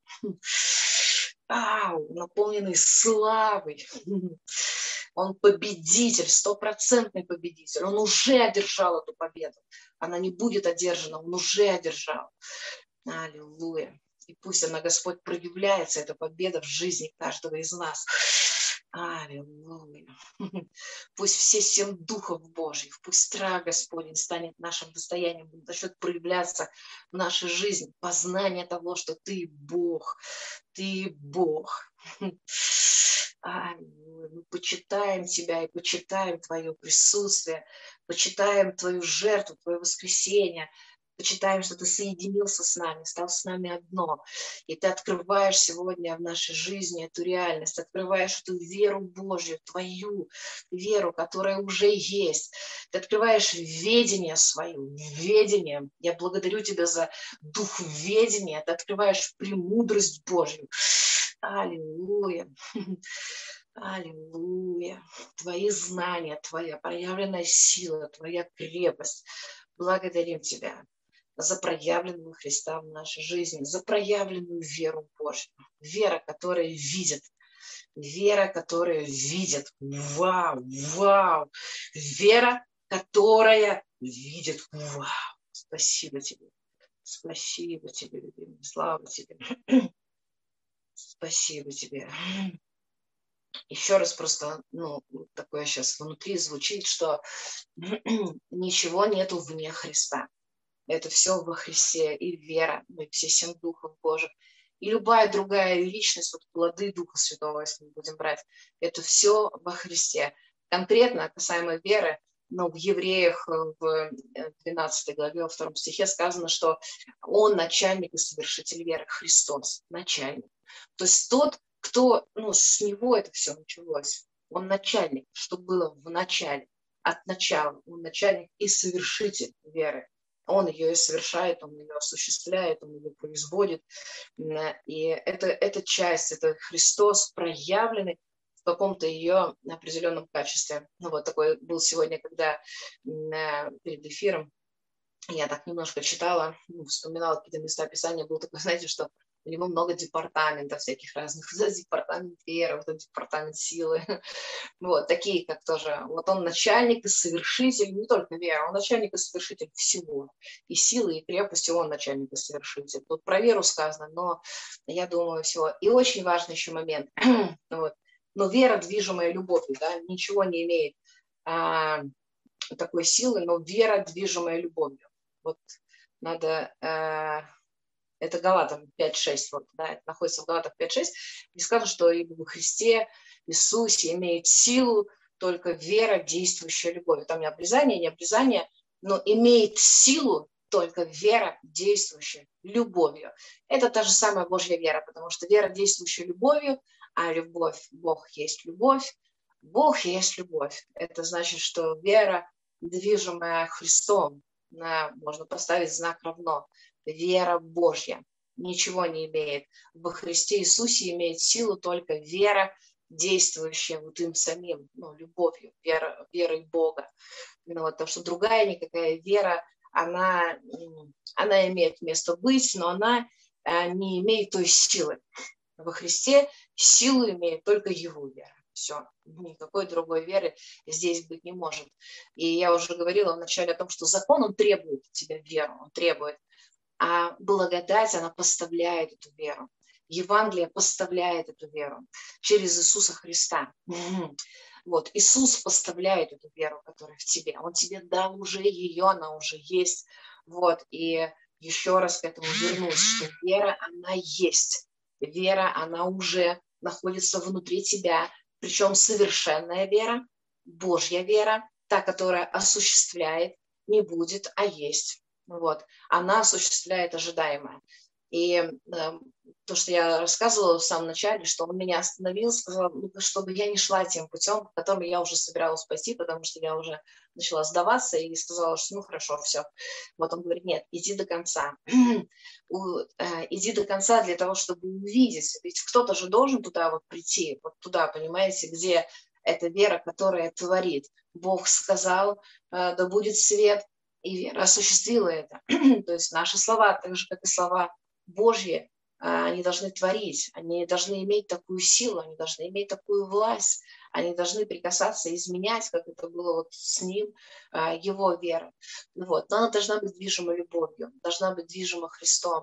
Ау, наполненный славой. Он победитель, стопроцентный победитель. Он уже одержал эту победу. Она не будет одержана, Он уже одержал. Аллилуйя. И пусть она, Господь, проявляется, эта победа в жизни каждого из нас. Аллилуйя. Пусть все семь духов Божьих, пусть страх Господень станет нашим достоянием, начнет проявляться в нашей жизни. Познание того, что Ты Бог, Ты Бог. Аллилуйя. Мы почитаем Тебя и почитаем Твое присутствие, почитаем Твою жертву, Твое воскресение, почитаем, что Ты соединился с нами, стал с нами одно. И Ты открываешь сегодня в нашей жизни эту реальность, открываешь эту веру Божью, Твою веру, которая уже есть. Ты открываешь ведение свое, ведение. Я благодарю Тебя за дух ведения. Ты открываешь премудрость Божью. Аллилуйя. Аллилуйя. Твои знания, Твоя проявленная сила, Твоя крепость. Благодарим Тебя за проявленную Христа в нашей жизни, за проявленную веру Божью. Вера, которая видит. Вера, которая видит. Вау, вау. Вера, которая видит. Вау. Спасибо Тебе. Спасибо Тебе, любимый. Слава Тебе. Спасибо Тебе. Еще раз просто, ну, такое сейчас внутри звучит, что ничего нету вне Христа. Это все во Христе, и вера, и все семь духов Божьих, и любая другая личность, вот плоды Духа Святого, если мы будем брать, это все во Христе. Конкретно касаемо веры, ну, в Евреях в двенадцатой главе, во втором стихе сказано, что Он начальник и совершитель веры, Христос, начальник. То есть тот, кто, ну, с него это все началось. Он начальник, что было в начале, от начала. Он начальник и совершитель веры. Он ее и совершает, он ее осуществляет, он ее производит. И это, это часть, это Христос проявленный в каком-то ее определенном качестве. Ну вот такой был сегодня, когда перед эфиром я так немножко читала, ну, вспоминала какие-то места Писания, было такое, знаете, что у него много департаментов всяких разных. Департамент веры, вот департамент силы. Вот, такие, как тоже. Вот он начальник и совершитель, не только веры, он начальник и совершитель всего. И силы, и крепости он начальник и совершитель. Тут про веру сказано, но я думаю, всего. И очень важный еще момент. Вот. Но вера, движимая любовью, да, ничего не имеет а, такой силы, но вера, движимая любовью. Вот надо... А, это Галатам пять шесть, вот, да, это находится в Галатах пять шесть, и сказано, что и во Христе, Иисусе имеет силу только вера, действующая любовью. Там не обрезание, не обрезание, но имеет силу только вера, действующая любовью. Это та же самая Божья вера, потому что вера, действующая любовью, а любовь, Бог есть любовь, Бог есть любовь. Это значит, что вера, движимая Христом, можно поставить знак равно. Вера Божья ничего не имеет. Во Христе Иисусе имеет силу только вера, действующая вот им самим, ну, любовью, вера, верой Бога. Ну, вот, потому что другая никакая вера, она, она имеет место быть, но она а, не имеет той силы. Во Христе силу имеет только Его вера. Все, никакой другой веры здесь быть не может. И я уже говорила вначале о том, что закон, он требует от тебя веру, он требует. А благодать, она поставляет эту веру. Евангелие поставляет эту веру через Иисуса Христа. Вот, Иисус поставляет эту веру, которая в тебе. Он тебе дал уже ее, она уже есть. Вот, и еще раз к этому вернусь, что вера, она есть. Вера, она уже находится внутри тебя. Причем совершенная вера, Божья вера, та, которая осуществляет, не будет, а есть. Вот. Она осуществляет ожидаемое. И э, то, что я рассказывала в самом начале, что он меня остановил, сказал, чтобы я не шла тем путем, по которому я уже собиралась пойти, потому что я уже начала сдаваться и сказала, что ну хорошо, все. Вот он говорит, нет, иди до конца. Иди до конца для того, чтобы увидеть. Ведь кто-то же должен туда вот прийти, вот туда, понимаете, где эта вера, которая творит. Бог сказал, да будет свет, и вера осуществила это. То есть наши слова, так же, как и слова Божьи, они должны творить, они должны иметь такую силу, они должны иметь такую власть, они должны прикасаться, изменять, как это было вот с ним, его вера. Вот. Но она должна быть движима любовью, должна быть движима Христом.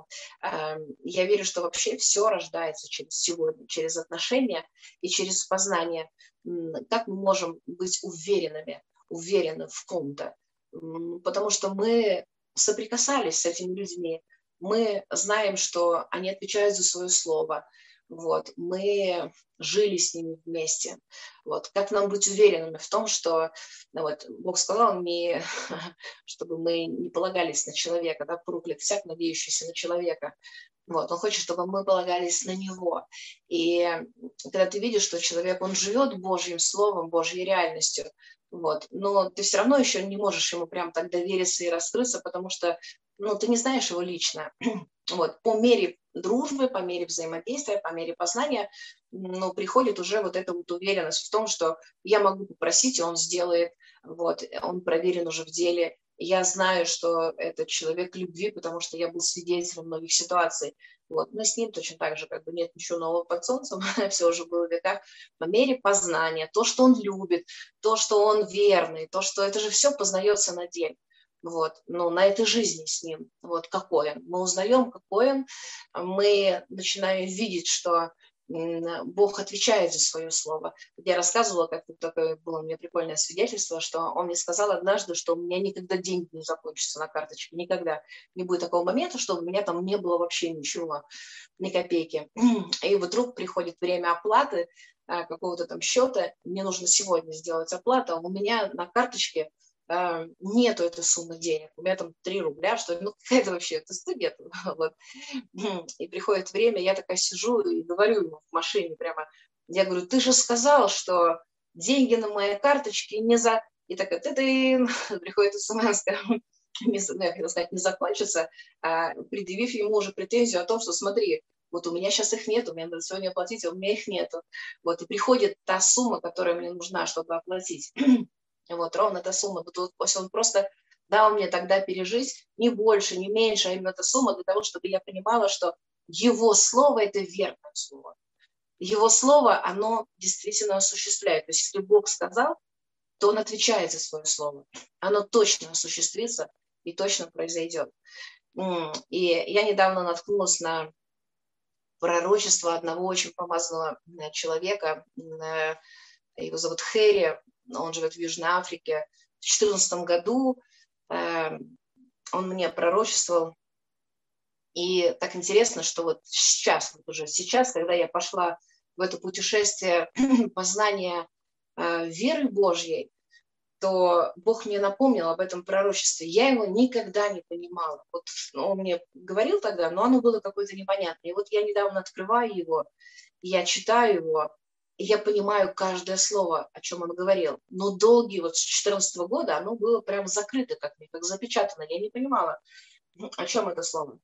Я верю, что вообще все рождается через сегодня, через отношения и через познание. Как мы можем быть уверенными, уверены в ком-то? Потому что мы соприкасались с этими людьми, мы знаем, что они отвечают за свое слово. Вот. Мы жили с ними вместе. Вот. Как нам быть уверенными в том, что ну вот, Бог сказал мне, чтобы мы не полагались на человека, да, проклят всяк, надеющийся на человека. Вот. Он хочет, чтобы мы полагались на Него. И когда ты видишь, что человек, он живет Божьим Словом, Божьей реальностью, вот, но ты все равно еще не можешь ему прям так довериться и раскрыться, потому что ну, ты не знаешь его лично. Вот. По мере дружбы, по мере взаимодействия, по мере познания ну, приходит уже вот эта вот уверенность в том, что я могу попросить, и он сделает. Вот. Он проверен уже в деле. Я знаю, что это человек любви, потому что я был свидетелем многих ситуаций. Вот. Но с ним точно так же как бы нет ничего нового под солнцем, все уже было в веках. По мере познания, то, что он любит, то, что он верный, то, что это же все познается на деле. Вот, ну, на этой жизни с ним, вот, какой он. Мы узнаем, какой он, мы начинаем видеть, что Бог отвечает за свое слово. Я рассказывала, как такое было у меня прикольное свидетельство, что он мне сказал однажды, что у меня никогда деньги не закончатся на карточке, никогда не будет такого момента, что у меня там не было вообще ничего, ни копейки. И вдруг приходит время оплаты какого-то там счета, мне нужно сегодня сделать оплату, а у меня на карточке нету этой суммы денег, у меня там три рубля, что ну какая-то вообще, это стыд. Вот. И приходит время, я такая сижу и говорю ему в машине прямо, я говорю, ты же сказал, что деньги на моей карточке не за... И такая, ты приходит смс, не, я хотела сказать, не закончится, а предъявив ему уже претензию о том, что смотри, вот у меня сейчас их нет, у меня надо сегодня оплатить, а у меня их нету. Вот, и приходит та сумма, которая мне нужна, чтобы оплатить. Вот, ровно та сумма. Вот, он просто дал мне тогда пережить не больше, не меньше, а именно эта сумма для того, чтобы я понимала, что его слово – это верное слово. Его слово, оно действительно осуществляет. То есть если Бог сказал, то он отвечает за свое слово. Оно точно осуществится и точно произойдет. И я недавно наткнулась на пророчество одного очень помазанного человека. Его зовут Хэри. Он живет в Южной Африке. В две тысячи четырнадцатом году э, он мне пророчествовал. И так интересно, что вот сейчас, вот уже сейчас, когда я пошла в это путешествие познания э, веры Божьей, то Бог мне напомнил об этом пророчестве. Я его никогда не понимала. Вот он мне говорил тогда, но оно было какое-то непонятное. И вот я недавно открываю его, я читаю его, и я понимаю каждое слово, о чем он говорил. Но долгие, вот с две тысячи четырнадцатого года, оно было прям закрыто, как, как запечатано. Я не понимала, о чем это слово.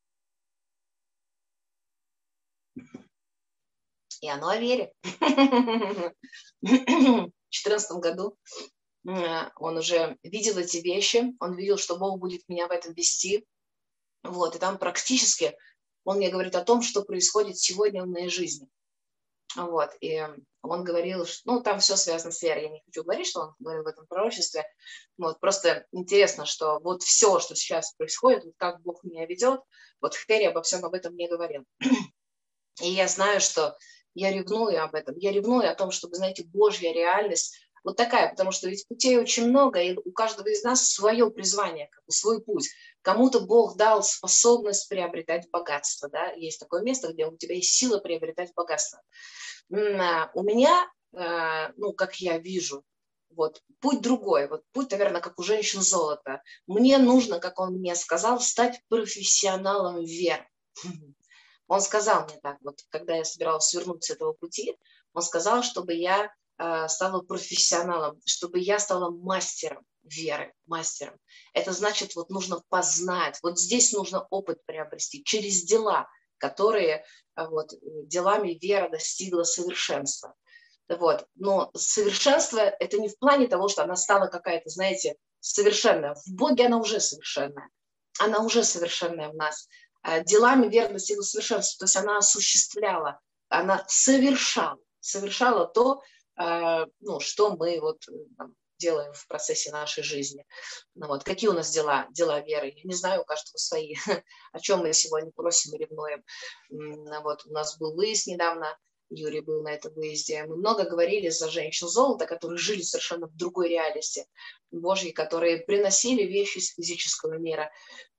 И оно о вере. В две тысячи четырнадцатом году он уже видел эти вещи, он видел, что Бог будет меня в этом вести. Вот, и там практически он мне говорит о том, что происходит сегодня в моей жизни. Вот, и он говорил, что, ну, там все связано с верой, я не хочу говорить, что он говорил в этом пророчестве, вот, просто интересно, что вот все, что сейчас происходит, вот как Бог меня ведет, вот Хэри обо всем об этом мне говорил. И я знаю, что я ревную об этом, я ревную о том, чтобы, знаете, Божья реальность вот такая, потому что ведь путей очень много, и у каждого из нас свое призвание, как бы свой путь. Кому-то Бог дал способность приобретать богатство, да, есть такое место, где у тебя есть сила приобретать богатство. У меня, ну, как я вижу, вот, путь другой, вот, путь, наверное, как у женщин золота. Мне нужно, как он мне сказал, стать профессионалом веры. Он сказал мне так, вот когда я собиралась свернуть с этого пути, он сказал, чтобы я э, стала профессионалом, чтобы я стала мастером веры, мастером. Это значит, вот нужно познать, вот здесь нужно опыт приобрести через дела, которые, э, вот, делами вера достигла совершенства. Вот. Но совершенство – это не в плане того, что она стала какая-то, знаете, совершенная. В Боге она уже совершенная. Она уже совершенная в нас. Делами вера достигла совершенства. То есть она осуществляла, она совершала, совершала то, ну, что мы вот там делаем в процессе нашей жизни. Ну, вот. Какие у нас дела, дела веры? Я не знаю, у каждого свои. О чем мы сегодня просим и ревнуем. Вот. У нас был выезд недавно. Юрий был на этом выезде. Мы много говорили за женщин золота, которые жили совершенно в другой реальности Божьей, которые приносили вещи из физического мира,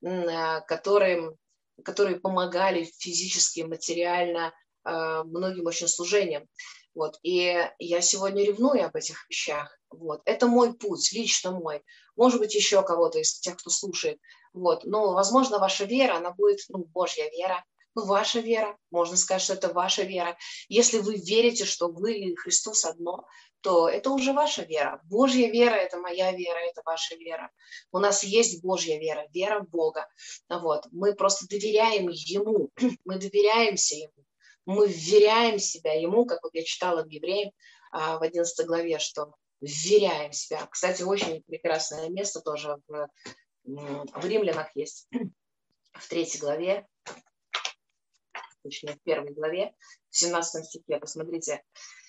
которые, которые помогали физически, материально многим очень служениям. Вот. И я сегодня ревную об этих вещах. Вот. Это мой путь, лично мой. Может быть, еще кого-то из тех, кто слушает. Вот. Но, возможно, ваша вера, она будет, ну, Божья вера. Ну, ваша вера, можно сказать, что это ваша вера. Если вы верите, что вы и Христос одно, то это уже ваша вера. Божья вера – это моя вера, это ваша вера. У нас есть Божья вера, вера в Бога. Вот. Мы просто доверяем Ему, мы доверяемся Ему, мы вверяем себя Ему, как вот я читала в Евреям в одиннадцатой главе, что вверяем себя. Кстати, очень прекрасное место тоже в, в Римлянах есть, в третьей главе. Точнее, в первой главе, в семнадцатом стихе, посмотрите.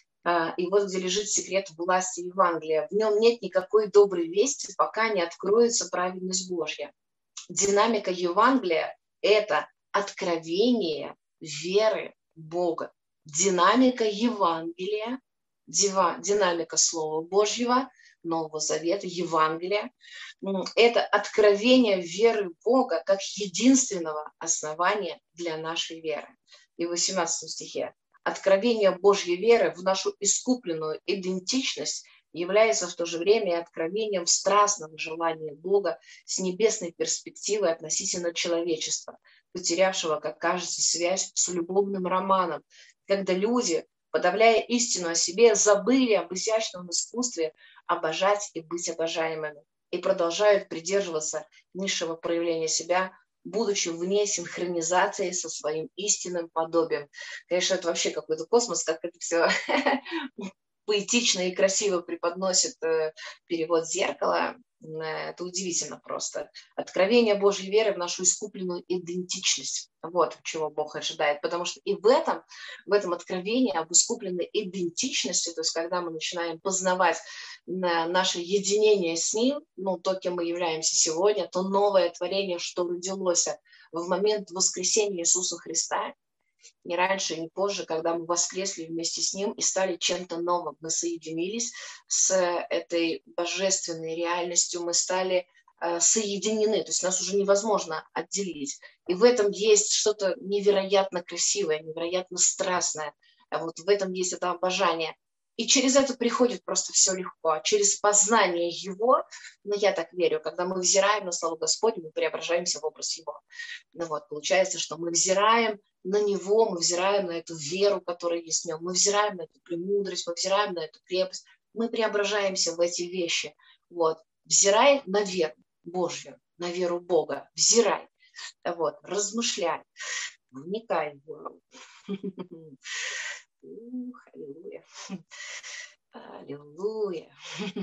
И вот где лежит секрет власти Евангелия. В нем нет никакой доброй вести, пока не откроется праведность Божья. Динамика Евангелия – это откровение веры Бога. Динамика Евангелия, динамика Слова Божьего, Нового Завета, Евангелия – это откровение веры Бога как единственного основания для нашей веры. И в восемнадцатом стихе откровение Божьей веры в нашу искупленную идентичность является в то же время и откровением страстного желания Бога с небесной перспективой относительно человечества, потерявшего, как кажется, связь с любовным романом, когда люди, подавляя истину о себе, забыли об изящном искусстве обожать и быть обожаемыми и продолжают придерживаться низшего проявления себя, будучи вне синхронизации со своим истинным подобием. Конечно, это вообще какой-то космос, как это все поэтично и красиво преподносит перевод «Зеркало». Это удивительно просто. Откровение Божьей веры в нашу искупленную идентичность. Вот чего Бог ожидает. Потому что и в этом, в этом откровении об искупленной идентичности, то есть когда мы начинаем познавать наше единение с Ним, ну, то, кем мы являемся сегодня, то новое творение, что родилось в момент воскресения Иисуса Христа, не раньше, не позже, когда мы воскресли вместе с Ним и стали чем-то новым. Мы соединились с этой божественной реальностью, мы стали э, соединены, то есть нас уже невозможно отделить. И в этом есть что-то невероятно красивое, невероятно страстное. А вот в этом есть это обожание. И через это приходит просто все легко. Через познание Его, ну, я так верю, когда мы взираем на славу Господню, мы преображаемся в образ Его. Ну вот, получается, что мы взираем на Него, мы взираем на эту веру, которая есть в Нем, мы взираем на эту премудрость, мы взираем на эту крепость, мы преображаемся в эти вещи. Вот. Взирай на веру Божью, на веру Бога, взирай, вот, размышляй, вникай в Его. Ух, аллилуйя. Аллилуйя.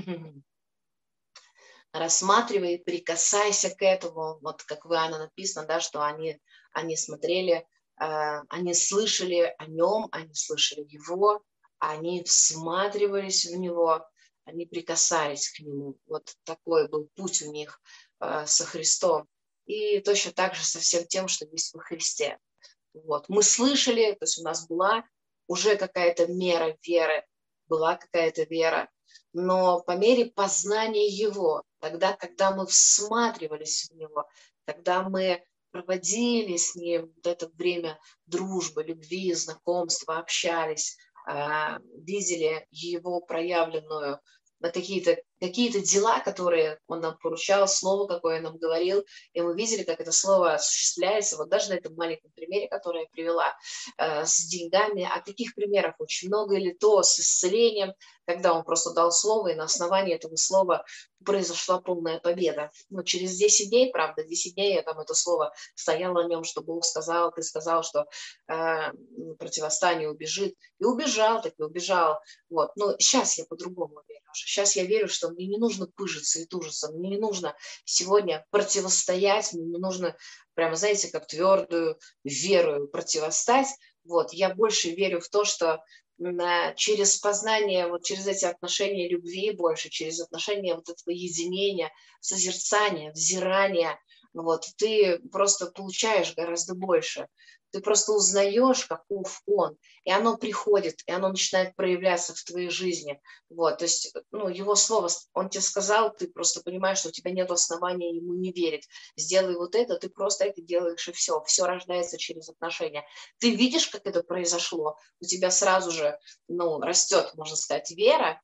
Рассматривай, прикасайся к этому. Вот как в Иоанна написано, да, что они, они смотрели, э, они слышали о нем, они слышали его, они всматривались в него, они прикасались к нему. Вот такой был путь у них э, со Христом. И точно так же со всем тем, что есть во Христе. Вот. Мы слышали, то есть у нас была уже какая-то мера веры, была какая-то вера, но по мере познания Его, тогда, когда мы всматривались в Него, когда мы проводили с Ним вот это время дружбы, любви, знакомства, общались, видели Его проявленную, какие-то какие-то дела, которые Он нам поручал, слово, какое нам говорил, и мы видели, как это слово осуществляется. Вот даже на этом маленьком примере, который я привела, э, с деньгами. А таких примеров очень много. Или то с исцелением, когда Он просто дал слово, и на основании этого слова произошла полная победа. Ну, через десять дней, правда, десять дней я там это слово стояла на нем, что Бог сказал, ты сказал, что э, противостание убежит. И убежал, так и убежал. Вот. Но сейчас я по-другому верю уже. Сейчас я верю, что мне не нужно пыжиться и тужиться, мне не нужно сегодня противостоять, мне не нужно, прямо, знаете, как твердую веру противостать. Вот. Я больше верю в то, что через познание, вот через эти отношения любви больше, через отношения вот этого единения, созерцания, взирания, вот, ты просто получаешь гораздо больше. Ты просто узнаешь, каков Он, и оно приходит, и оно начинает проявляться в твоей жизни. Вот, то есть, ну, Его слово, Он тебе сказал, ты просто понимаешь, что у тебя нет основания Ему не верить. Сделай вот это, ты просто это делаешь, и все. Все рождается через отношения. Ты видишь, как это произошло, у тебя сразу же, ну, растет, можно сказать, вера,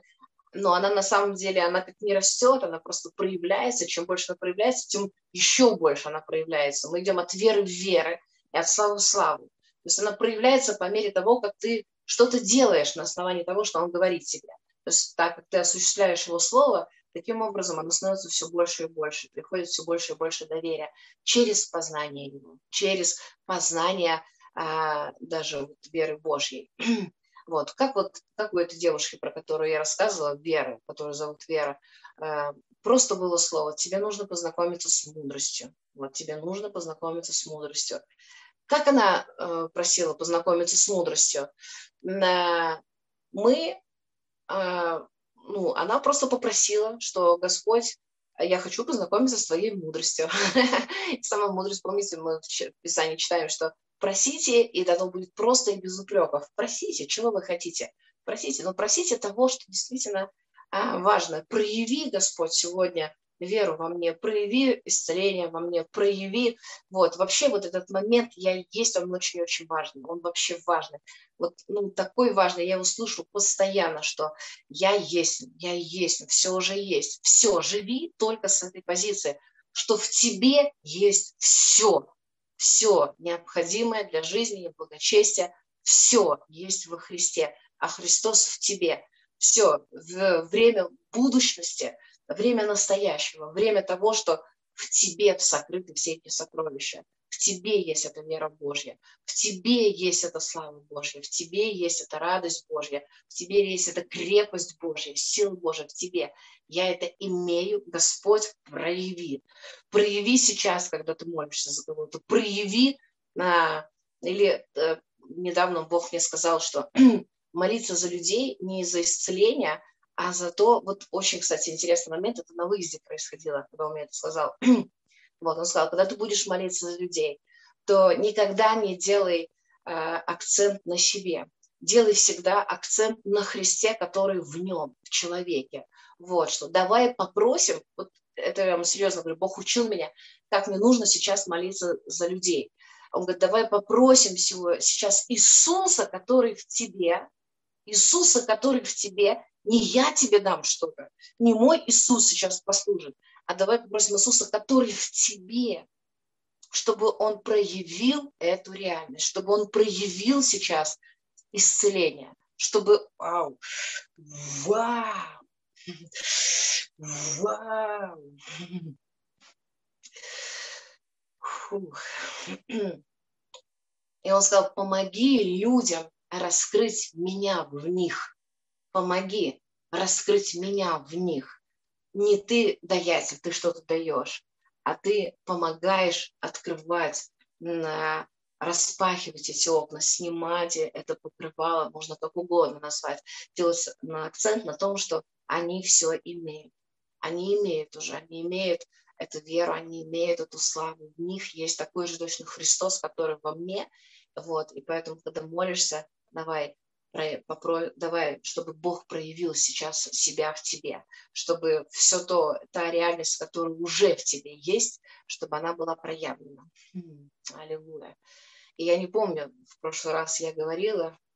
но она на самом деле, она как не растет, она просто проявляется. Чем больше она проявляется, тем еще больше она проявляется. Мы идем от веры в веру и от славы в славу. То есть она проявляется по мере того, как ты что-то делаешь на основании того, что Он говорит тебе. То есть так как ты осуществляешь Его слово, таким образом оно становится все больше и больше, приходит все больше и больше доверия через познание Его, через познание а, даже вот веры Божьей. Вот, как вот как у этой девушки, про которую я рассказывала, Вера, которую зовут Вера, э, просто было слово: тебе нужно познакомиться с мудростью. Вот, тебе нужно познакомиться с мудростью. Как она э, просила познакомиться с мудростью? Э, мы, э, ну, она просто попросила, что Господь, я хочу познакомиться с твоей мудростью. Сама мудрость, помните, мы в Писании читаем, что просите, и дано будет просто и без упреков. Просите, чего вы хотите. Просите, но просите того, что действительно а, важно. Прояви, Господь, сегодня веру во мне, прояви исцеление во мне, прояви. Вот, вообще вот этот момент «я есть», он очень-очень важный. Он вообще важный. Вот, ну, такой важный. Я его слышу постоянно, что я есть, я есть, все уже есть. Все, живи только с этой позиции, что в тебе есть все. Все необходимое для жизни и благочестия, все есть во Христе, а Христос в тебе. Все, в время будущности, время настоящего, время того, что в тебе сокрыты все эти сокровища. В тебе есть эта вера Божья, в тебе есть эта слава Божья, в тебе есть эта радость Божья, в тебе есть эта крепость Божья, сила Божья в тебе. Я это имею, Господь прояви. Прояви сейчас, когда ты молишься за кого-то, прояви. А, или а, недавно Бог мне сказал, что молиться за людей не за исцеление, а за то, вот очень, кстати, интересный момент, это на выезде происходило, когда он мне это сказал. Вот, он сказал, когда ты будешь молиться за людей, то никогда не делай э, акцент на себе. Делай всегда акцент на Христе, который в нем, в человеке. Вот, что давай попросим, вот это я вам серьезно говорю, Бог учил меня, как мне нужно сейчас молиться за людей. Он говорит, давай попросим всего сейчас Иисуса, который в тебе, Иисуса, который в тебе, не я тебе дам что-то, не мой Иисус сейчас послужит, а давай попросим Иисуса, который в тебе, чтобы Он проявил эту реальность, чтобы Он проявил сейчас исцеление, чтобы... Вау! Вау! Вау! Фух. И Он сказал, помоги людям раскрыть меня в них. Помоги раскрыть меня в них. Не ты даятель, ты что-то даешь, а ты помогаешь открывать, распахивать эти окна, снимать это покрывало, можно как угодно назвать, делать акцент на том, что они все имеют. Они имеют уже, они имеют эту веру, они имеют эту славу. В них есть такой же точно Христос, который во мне. Вот, и поэтому, когда молишься, давай, давай, чтобы Бог проявил сейчас себя в тебе, чтобы все то, та реальность, которая уже в тебе есть, чтобы она была проявлена. Аллилуйя. И я не помню, в прошлый раз я говорила,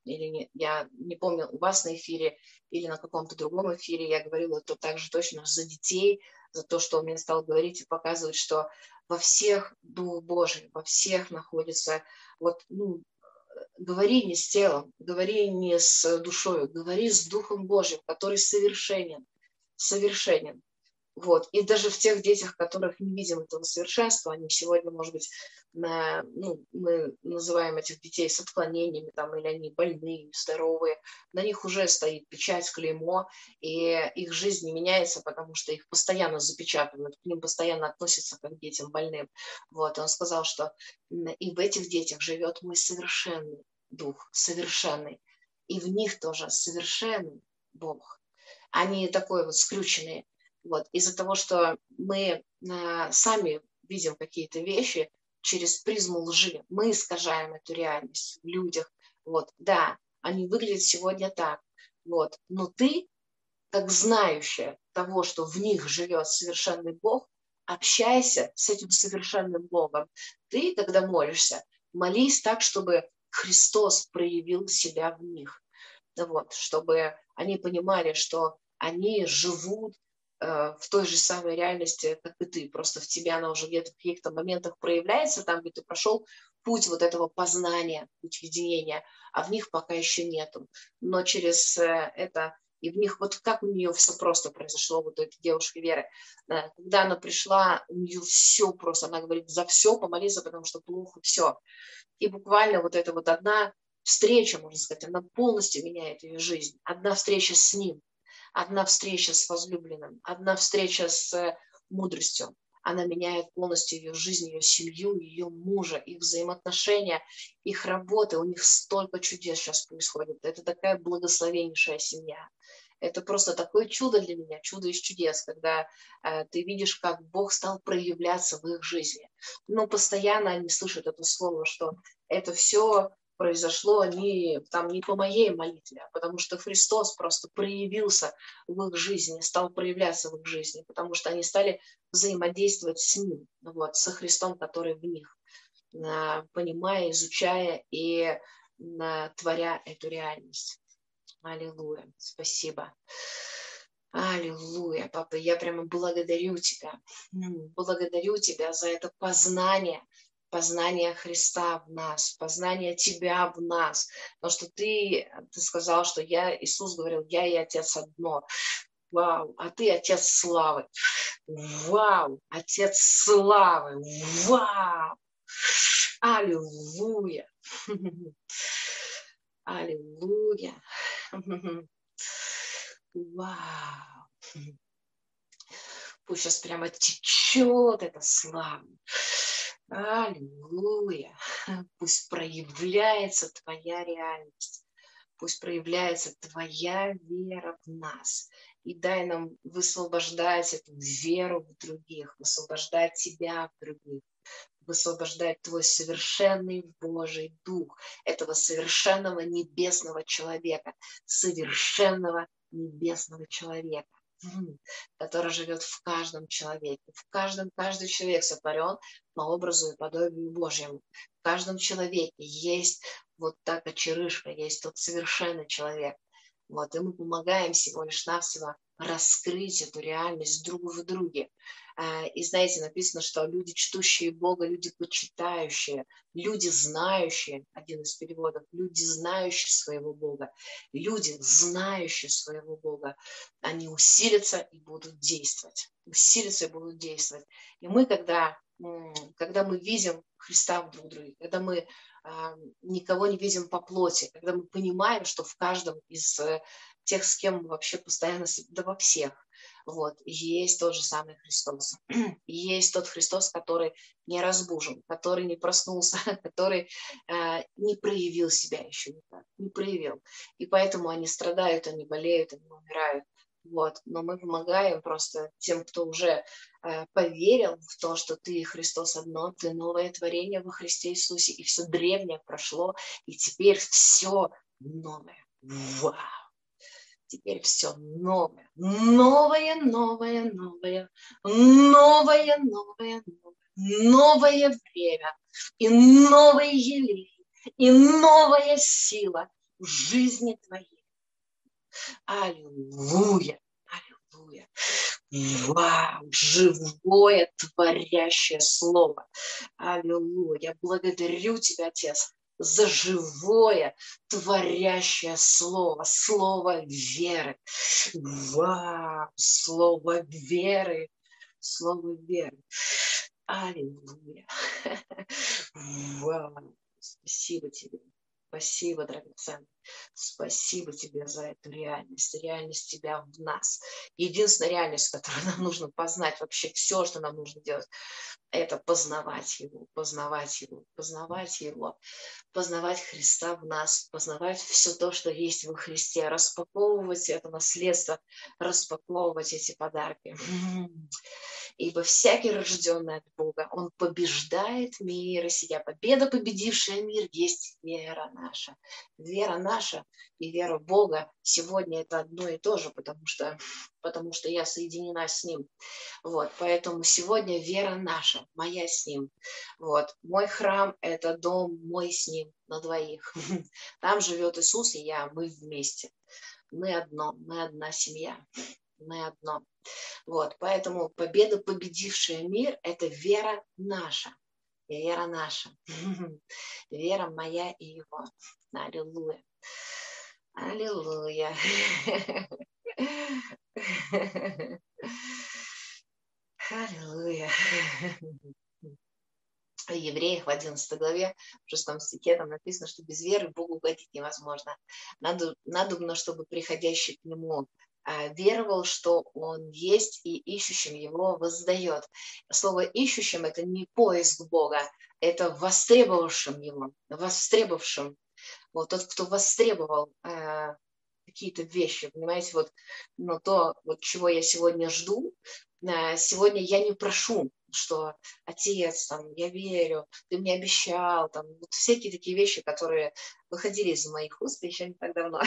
или не, я не помню, у вас на эфире или на каком-то другом эфире я говорила то также точно за детей, за то, что он мне стал говорить и показывать, что во всех Дух Божий, во всех находится, вот, ну, говори не с телом, говори не с душой, говори с Духом Божьим, который совершенен, совершенен. Вот. И даже в тех детях, которых не видим этого совершенства, они сегодня, может быть, на, ну, мы называем этих детей с отклонениями, там, или они больные, здоровые, на них уже стоит печать, клеймо, и их жизнь не меняется, потому что их постоянно запечатывают, к ним постоянно относятся как к детям больным. Вот. Он сказал, что и в этих детях живет мой совершенный Дух, совершенный, и в них тоже совершенный Бог. Они такой вот скрюченные. Вот. Из-за того, что мы э, сами видим какие-то вещи через призму лжи, мы искажаем эту реальность в людях. Вот. Да, они выглядят сегодня так. Вот. Но ты, как знающая того, что в них живет совершенный Бог, общайся с этим совершенным Богом. Ты, когда молишься, молись так, чтобы Христос проявил себя в них. Вот. Чтобы они понимали, что они живут в той же самой реальности, как и ты. Просто в тебе она уже где-то в каких-то моментах проявляется, там, где ты прошел путь вот этого познания, путь видения, а в них пока еще нету. Но через это, и в них, вот как у нее все просто произошло, вот у этой девушки Веры. Когда она пришла, у нее все просто, она говорит, за все помолиться, потому что плохо все. И буквально вот эта вот одна встреча, можно сказать, она полностью меняет ее жизнь. Одна встреча с ним. Одна встреча с возлюбленным, одна встреча с мудростью, она меняет полностью ее жизнь, ее семью, ее мужа, их взаимоотношения, их работы. У них столько чудес сейчас происходит. Это такая благословеннейшая семья. Это просто такое чудо для меня, чудо из чудес, когда э, ты видишь, как Бог стал проявляться в их жизни. Но постоянно они слышат это слово, что это все произошло не, там, не по моей молитве, а потому что Христос просто проявился в их жизни, стал проявляться в их жизни, потому что они стали взаимодействовать с Ним, вот, со Христом, который в них, понимая, изучая и творя эту реальность. Аллилуйя. Спасибо. Аллилуйя, Папа, я прямо благодарю Тебя, благодарю Тебя за это познание, познание Христа в нас, познание Тебя в нас. Потому что Ты, ты сказал, что я, Иисус говорил, я и Отец одно. Вау, а Ты Отец славы. Вау, Отец славы. Вау. Аллилуйя. Аллилуйя. Вау. Пусть сейчас прямо течет эта слава. Аллилуйя. Пусть проявляется Твоя реальность. Пусть проявляется Твоя вера в нас. И дай нам высвобождать эту веру в других, высвобождать Тебя в других, высвобождать Твой совершенный Божий Дух, этого совершенного небесного человека, совершенного небесного человека, который живет в каждом человеке. В каждом, каждый человек сотворен по образу и подобию Божьему. В каждом человеке есть вот та кочерышка, есть тот совершенный человек. Вот, и мы помогаем всего лишь навсего раскрыть эту реальность друг в друге. И знаете, написано, что люди, чтущие Бога, люди, почитающие, люди, знающие, один из переводов, люди, знающие своего Бога, люди, знающие своего Бога, они усилятся и будут действовать. Усилятся и будут действовать. И мы, когда, когда мы видим Христа в друг друге, когда мы никого не видим по плоти, когда мы понимаем, что в каждом из тех, с кем мы вообще постоянно, да во всех, вот, есть тот же самый Христос. Есть тот Христос, который не разбужен, который не проснулся, который э, не проявил себя еще никак, не проявил. И поэтому они страдают, они болеют, они умирают. Вот. Но мы помогаем просто тем, кто уже э, поверил в то, что ты, Христос, одно, ты новое творение во Христе Иисусе, и все древнее прошло, и теперь все новое. Вау! Теперь все новое, новое, новое, новое, новое, новое, новое, новое время, и новый елей, и новая сила, в жизни твоей. Аллилуйя, аллилуйя. Вау, живое творящее слово. Аллилуйя. Я благодарю тебя, Отец, за живое творящее слово, слово веры. Вау, слово веры, слово веры. Аллилуйя. Вау, спасибо тебе. Спасибо, драгоценный. Спасибо тебе за эту реальность, реальность тебя в нас. Единственная реальность, которую нам нужно познать, вообще все, что нам нужно делать, это познавать Его, познавать Его, познавать Его, познавать Христа в нас, познавать все то, что есть во Христе, распаковывать это наследство, распаковывать эти подарки. Ибо всякий рожденный от Бога, он побеждает мир и сия. Победа, победившая мир, есть вера наша. Вера наша и вера Бога сегодня это одно и то же, потому что, потому что я соединена с Ним. Вот, поэтому сегодня вера наша, моя с Ним. Вот, мой храм – это дом мой с Ним на двоих. Там живет Иисус и я, мы вместе. Мы одно, мы одна семья. Мы одно. Вот, поэтому победа, победившая мир, это вера наша. Вера наша. Вера моя и его. Аллилуйя. Аллилуйя. Аллилуйя. В Евреях в одиннадцатой главе, в шестом стихе там написано, что без веры Богу угодить невозможно. Надо, надобно, чтобы приходящий к Нему веровал, что Он есть, и ищущим Его воздает. Слово «ищущим» — это не поиск Бога, это востребовавшим Его, востребовавшим. Вот тот, кто востребовал э, какие-то вещи, понимаете, вот, но то, вот, чего я сегодня жду, э, сегодня я не прошу, что Отец, там, я верю, Ты мне обещал, там, вот всякие такие вещи, которые выходили из моих уст еще не так давно.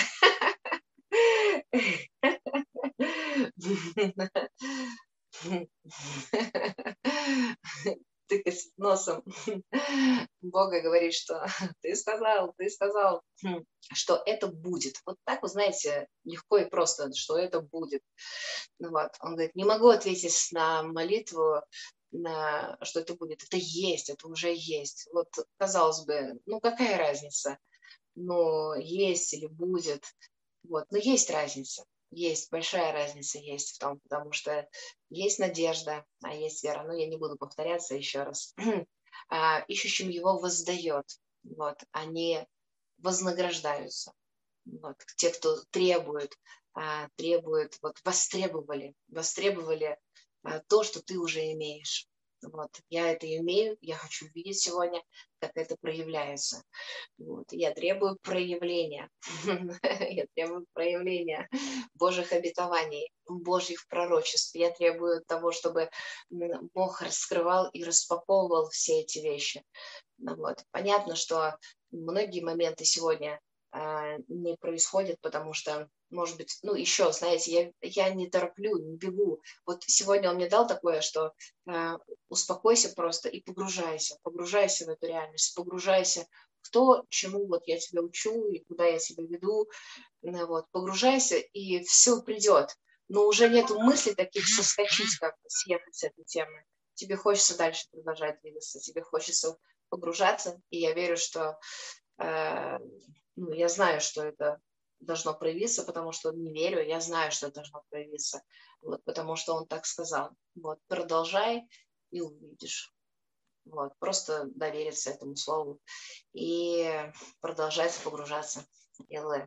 Тыкать носом Бога, говорит, что ты сказал, ты сказал, что это будет. Вот так, вы знаете, легко и просто, что это будет. Вот. Он говорит, не могу ответить на молитву, на, что это будет. Это есть, это уже есть. Вот, казалось бы, ну какая разница? Ну, есть или будет. Вот. Но есть разница. Есть, большая разница есть в том, потому что есть надежда, а есть вера. Но я не буду повторяться еще раз. А, ищущим Его воздает. Вот. Они вознаграждаются. Вот. Те, кто требует, а, требуют, вот, востребовали, востребовали а, то, что ты уже имеешь. Вот. Я это имею, я хочу видеть сегодня, как это проявляется. Вот. Я требую проявления. Я требую проявления Божьих обетований, Божьих пророчеств. Я требую того, чтобы Бог раскрывал и распаковывал все эти вещи. Вот. Понятно, что многие моменты сегодня а, не происходят, потому что, может быть, ну еще, знаете, я, я не тороплю, не бегу. Вот сегодня он мне дал такое, что а, успокойся просто и погружайся, погружайся в эту реальность, погружайся в то, чему вот я тебя учу и куда я тебя веду. Вот, погружайся, и все придет. Но уже нету мыслей таких соскочить, как съехать с этой темы. Тебе хочется дальше продолжать двигаться, тебе хочется погружаться, и я верю, что э, ну, я знаю, что это должно проявиться, потому что не верю, я знаю, что это должно проявиться, вот, потому что он так сказал. Вот, продолжай и увидишь. Вот, просто довериться этому слову и продолжать погружаться. Элэ.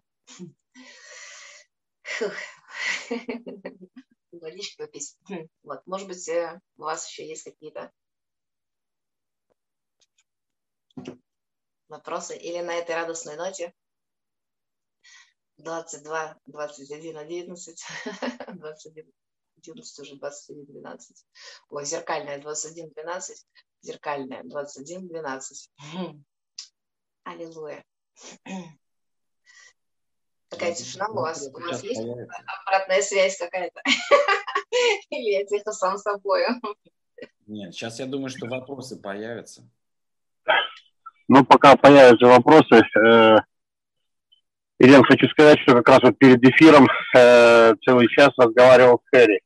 Водички попить. Вот, может быть, у вас еще есть какие-то вопросы? Или на этой радостной ноте двадцать два, двадцать один, одиннадцать, двадцать один, одиннадцать, уже двадцать один, двенадцать. Ой, зеркальная двадцать один, двенадцать, зеркальная двадцать один, двенадцать. Аллилуйя. Такая тишина у вас? У вас есть обратная связь какая-то? Или я тихо сам собой? Нет, сейчас я думаю, что вопросы появятся. Ну, пока появятся вопросы, э, Ирина, хочу сказать, что как раз вот перед эфиром э, целый час разговаривал с Хэри.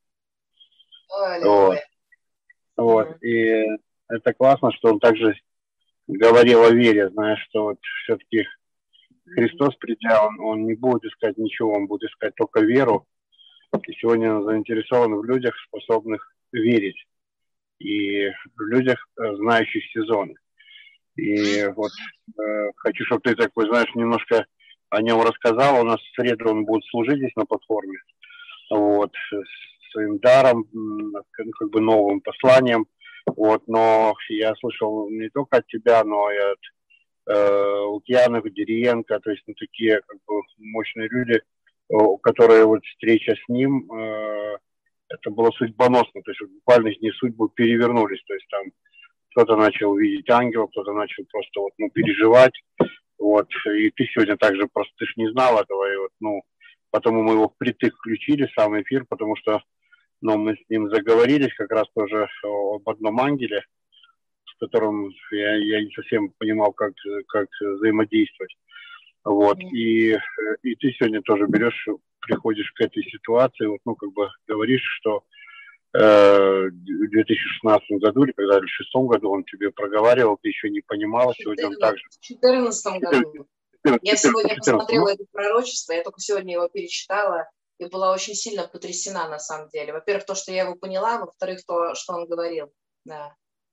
Вот. Вот. Mm-hmm. И это классно, что он также говорил о вере, знаешь, что вот все-таки Христос, придя, он, он не будет искать ничего, он будет искать только веру. И сегодня он заинтересован в людях, способных верить, и в людях, знающих сезоны. И вот э, хочу, чтобы ты такой, знаешь, немножко о нем рассказал. У нас в среду он будет служить здесь на платформе, вот, с своим даром, как бы новым посланием. Вот, но я слышал не только от тебя, но и от э, Лукьянова, Деревенко, то есть ну, такие как бы мощные люди, которые вот встреча с ним, э, это было судьбоносно, то есть буквально их судьбы перевернулись, то есть там кто-то начал видеть ангелов, кто-то начал просто вот, ну, переживать, вот, и ты сегодня также просто, ты ж не знал этого, и вот, ну, потому мы его впритык включили, сам эфир, потому что, ну, мы с ним заговорились как раз тоже об одном ангеле, с которым я, я не совсем понимал, как, как взаимодействовать. Вот. Mm. И, и ты сегодня тоже берешь, приходишь к этой ситуации, вот, ну, как бы говоришь, что э, в две тысячи шестнадцатом году, или когда в две тысячи шестом году он тебе проговаривал, ты еще не понимала, сегодня он также... В две тысячи четырнадцатом году. Я сегодня посмотрела это пророчество, я только сегодня его перечитала, и была очень сильно потрясена, на самом деле. Во-первых, то, что я его поняла, во-вторых, то, что он говорил. Да.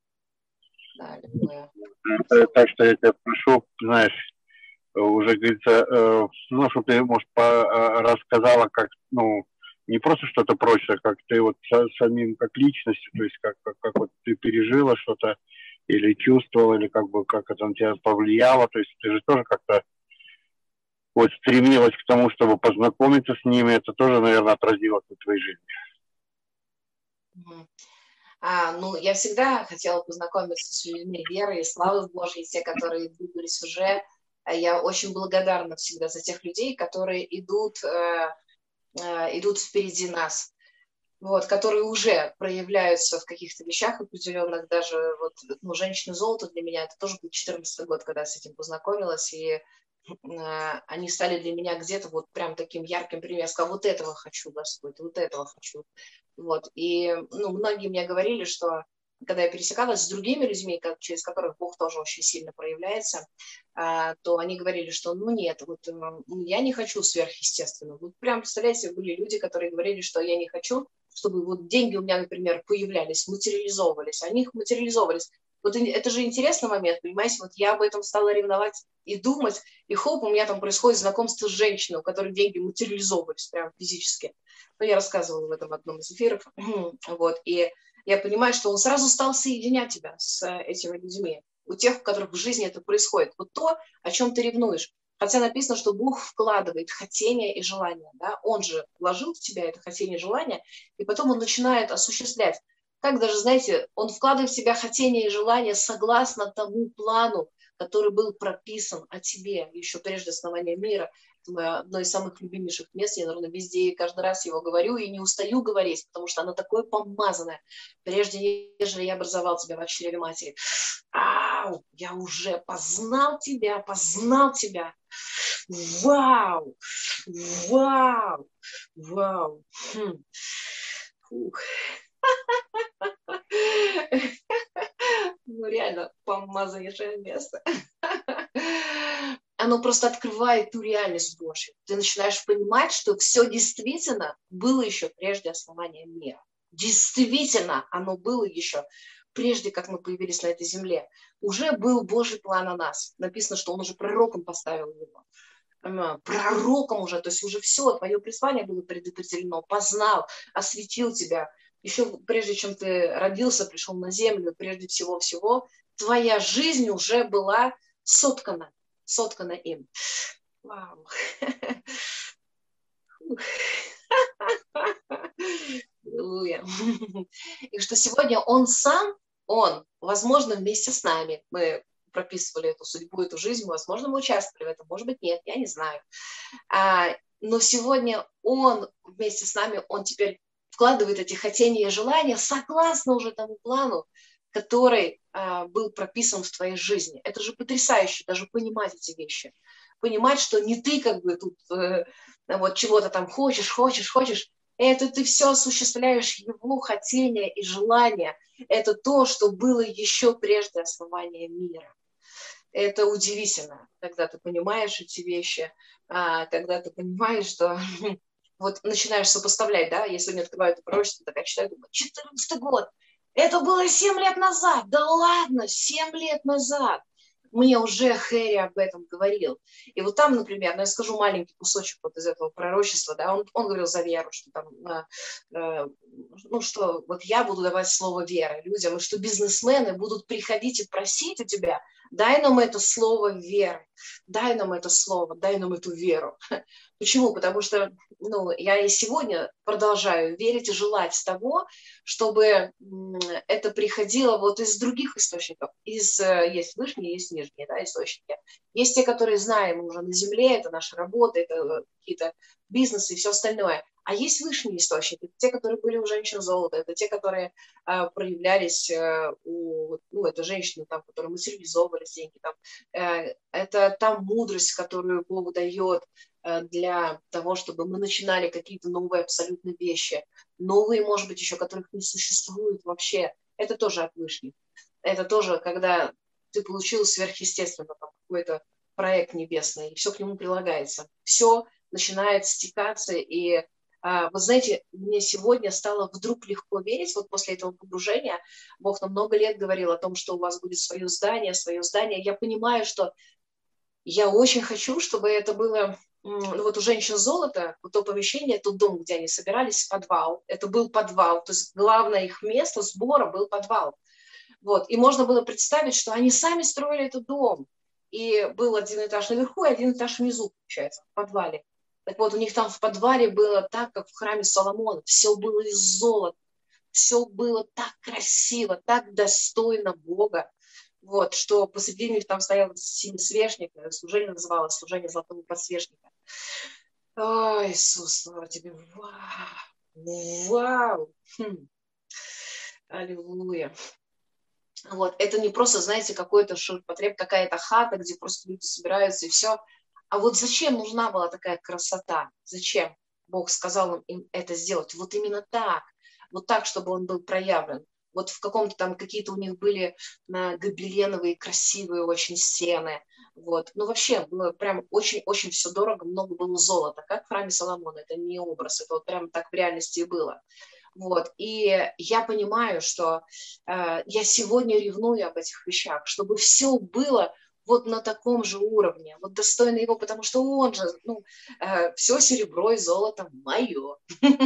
Да, так что я тебя прошу, знаешь, уже, говорится, э, ну, чтобы ты, может, по, рассказала, как, ну, не просто что-то прочее, как ты вот со, самим, как личностью, то есть как, как, как вот ты пережила что-то или чувствовала, или как бы, как это на тебя повлияло, то есть ты же тоже как-то вот стремилась к тому, чтобы познакомиться с ними, это тоже, наверное, отразилось на твоей жизни. Mm-hmm. А, ну, я всегда хотела познакомиться с людьми веры и славы Божьей, те, которые двигались уже. Я очень благодарна всегда за тех людей, которые идут, э, э, идут впереди нас, вот, которые уже проявляются в каких-то вещах определенных. Даже вот, ну, «Женщина золото» для меня, это тоже был четырнадцатый год, когда я с этим познакомилась, и э, они стали для меня где-то вот прям таким ярким примером. Я сказала, вот этого хочу, Господь, вот этого хочу. Вот. И ну, многие мне говорили, что когда я пересекалась с другими людьми, как, через которых Бог тоже очень сильно проявляется, а, то они говорили, что ну нет, вот, я не хочу сверхъестественно. Вот прям, представляете, были люди, которые говорили, что я не хочу, чтобы вот деньги у меня, например, появлялись, материализовывались, они их материализовывались. Вот это же интересный момент, понимаете, вот я об этом стала ревновать и думать, и хоп, у меня там происходит знакомство с женщиной, у которой деньги материализовывались прям физически. Ну, я рассказывала в этом одном из эфиров, вот, и я понимаю, что он сразу стал соединять тебя с этими людьми, у тех, у которых в жизни это происходит. Вот то, о чем ты ревнуешь. Хотя написано, что Бог вкладывает хотение и желание, да, Он же вложил в тебя это хотение и желание, и потом Он начинает осуществлять. Как даже, знаете, Он вкладывает в себя хотение и желание согласно тому плану, который был прописан о тебе еще прежде основания мира. Это мое одно из самых любимейших мест. Я, наверное, везде и каждый раз его говорю и не устаю говорить, потому что оно такое помазанное. Прежде, нежели я образовал тебя в чреве матери. Ау, я уже познал тебя, познал тебя. Вау, вау, вау. Хм. Фух. Ну, реально, помазаннейшее место. Оно просто открывает ту реальность Божью. Ты начинаешь понимать, что все действительно было еще прежде основания мира. Действительно, оно было еще прежде, как мы появились на этой земле. Уже был Божий план о нас. Написано, что он уже пророком поставил его. Пророком уже, то есть уже все, твое призвание было предопределено, познал, осветил тебя. Еще прежде, чем ты родился, пришел на землю, прежде всего-всего, твоя жизнь уже была соткана, соткана им. Вау. Аллилуйя. И что сегодня он сам, он, возможно, вместе с нами, мы прописывали эту судьбу, эту жизнь, возможно, мы участвовали в этом, может быть, нет, я не знаю. А, но сегодня он вместе с нами, он теперь вкладывает эти хотения и желания согласно уже тому плану, который а, был прописан в твоей жизни. Это же потрясающе, даже понимать эти вещи. понимать, что не ты как бы тут э, вот чего-то там хочешь, хочешь, хочешь. Это ты все осуществляешь его хотение и желание. Это то, что было еще прежде основания мира. Это удивительно, когда ты понимаешь эти вещи, а, когда ты понимаешь, что вот начинаешь сопоставлять, да, я сегодня открываю это пророчество, такая читаю, думаю, четырнадцатый год, это было семь лет назад, да ладно, семь лет назад. Мне уже Хэри об этом говорил. И вот там, например, ну, я скажу маленький кусочек вот из этого пророчества, да, он, он говорил за веру, что там, э, э, ну, что вот я буду давать слово веры людям, и что бизнесмены будут приходить и просить у тебя, дай нам это слово веры, дай нам это слово, дай нам эту веру. Почему? Потому что ну, я и сегодня продолжаю верить и желать того, чтобы это приходило вот из других источников. Из, есть вышние, есть нижние, да, источники. Есть те, которые знаем уже на земле, это наша работа, это какие-то бизнесы и все остальное. А есть высшие источники, те, которые были у женщин золота, это те, которые а, проявлялись а, у, ну, это женщины, там, которые материализовывались деньги, там, а, это та мудрость, которую Бог дает а, для того, чтобы мы начинали какие-то новые абсолютно вещи, новые, может быть, еще, которых не существует вообще. Это тоже от вышних. Это тоже, когда ты получил сверхъестественно там, какой-то проект небесный, и все к нему прилагается. Все начинает стекаться, и вы знаете, мне сегодня стало вдруг легко верить, вот после этого погружения, Бог нам много лет говорил о том, что у вас будет свое здание, свое здание. Я понимаю, что я очень хочу, чтобы это было, ну вот у женщин золото, вот то помещение, тот дом, где они собирались, подвал, это был подвал, то есть главное их место сбора был подвал. Вот, и можно было представить, что они сами строили этот дом, и был один этаж наверху и один этаж внизу, получается, в подвале. Так вот, у них там в подвале было так, как в храме Соломона. Все было из золота. Все было так красиво, так достойно Бога. Вот, что посреди них там стоял семисвешник, служение называлось, служение золотого подсвечника. Ой, Иисус, слава тебе. Вау. Вау. Хм. Аллилуйя. Вот, это не просто, знаете, какой-то ширпотреб, какая-то хата, где просто люди собираются и все. А вот зачем нужна была такая красота? Зачем Бог сказал им это сделать? Вот именно так. Вот так, чтобы он был проявлен. Вот в каком-то там какие-то у них были гобеленовые, красивые очень стены. Вот. Ну, вообще, было прям очень-очень все дорого, много было золота. Как в храме Соломона. Это не образ, это вот прям так в реальности и было. Вот. И я понимаю, что э, я сегодня ревную об этих вещах, чтобы все было вот на таком же уровне, вот достойно его, потому что он же, ну, э, все серебро и золото мое.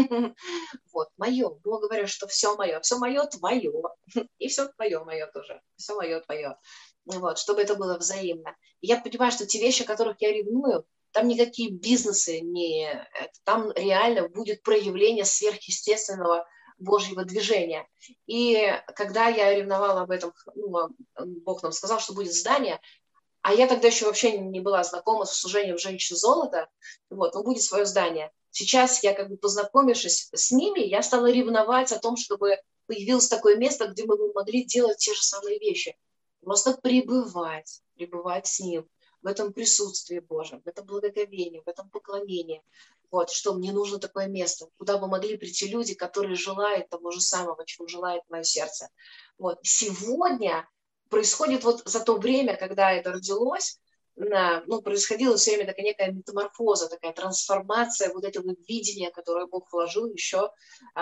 Вот, мое. Бог говорит, что все мое, все мое твое, и все твое мое тоже, все мое твое. Вот, чтобы это было взаимно. И я понимаю, что те вещи, о которых я ревную, там никакие бизнесы не... Там реально будет проявление сверхъестественного Божьего движения. И когда я ревновала об этом, ну, Бог нам сказал, что будет здание, а я тогда еще вообще не была знакома с служением женщин золота, вот, но будет свое здание. Сейчас я, как бы познакомившись с ними, я стала ревновать о том, чтобы появилось такое место, где мы бы могли делать те же самые вещи. Просто пребывать, пребывать с ним, в этом присутствии Божьем, в этом благоговении, в этом поклонении. Вот, что мне нужно такое место, куда бы могли прийти люди, которые желают того же самого, чего желает мое сердце. Вот. Сегодня происходит вот за то время, когда это родилось, ну, происходила все время такая некая метаморфоза, такая трансформация вот этого видения, которое Бог вложил еще,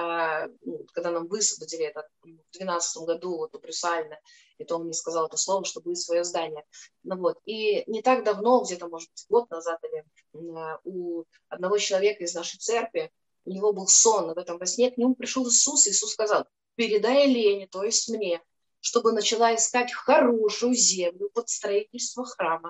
ну, когда нам высвободили это в двенадцатом году, вот, брюссально, и то он мне сказал это слово, что будет свое здание. Ну, вот. И не так давно, где-то, может быть, год назад, или у одного человека из нашей церкви, у него был сон, и в этом во сне к нему пришел Иисус, и Иисус сказал: передай Лене, то есть мне, чтобы начала искать хорошую землю под строительство храма.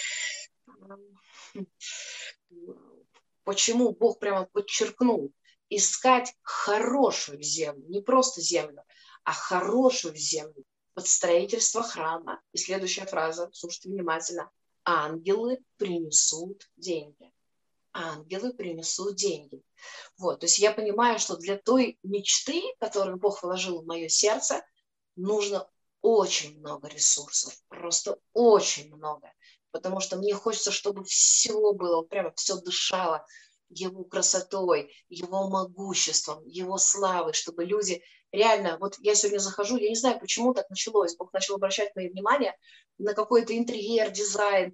Почему Бог прямо подчеркнул? Искать хорошую землю, не просто землю, а хорошую землю под строительство храма. И следующая фраза, слушайте внимательно. Ангелы принесут деньги. Ангелы принесут деньги. Вот, то есть я понимаю, что для той мечты, которую Бог вложил в мое сердце, нужно очень много ресурсов, просто очень много, потому что мне хочется, чтобы все было, вот прямо все дышало его красотой, его могуществом, его славой, чтобы люди реально, вот я сегодня захожу, я не знаю, почему так началось, Бог начал обращать мое внимание на какой-то интерьер, дизайн,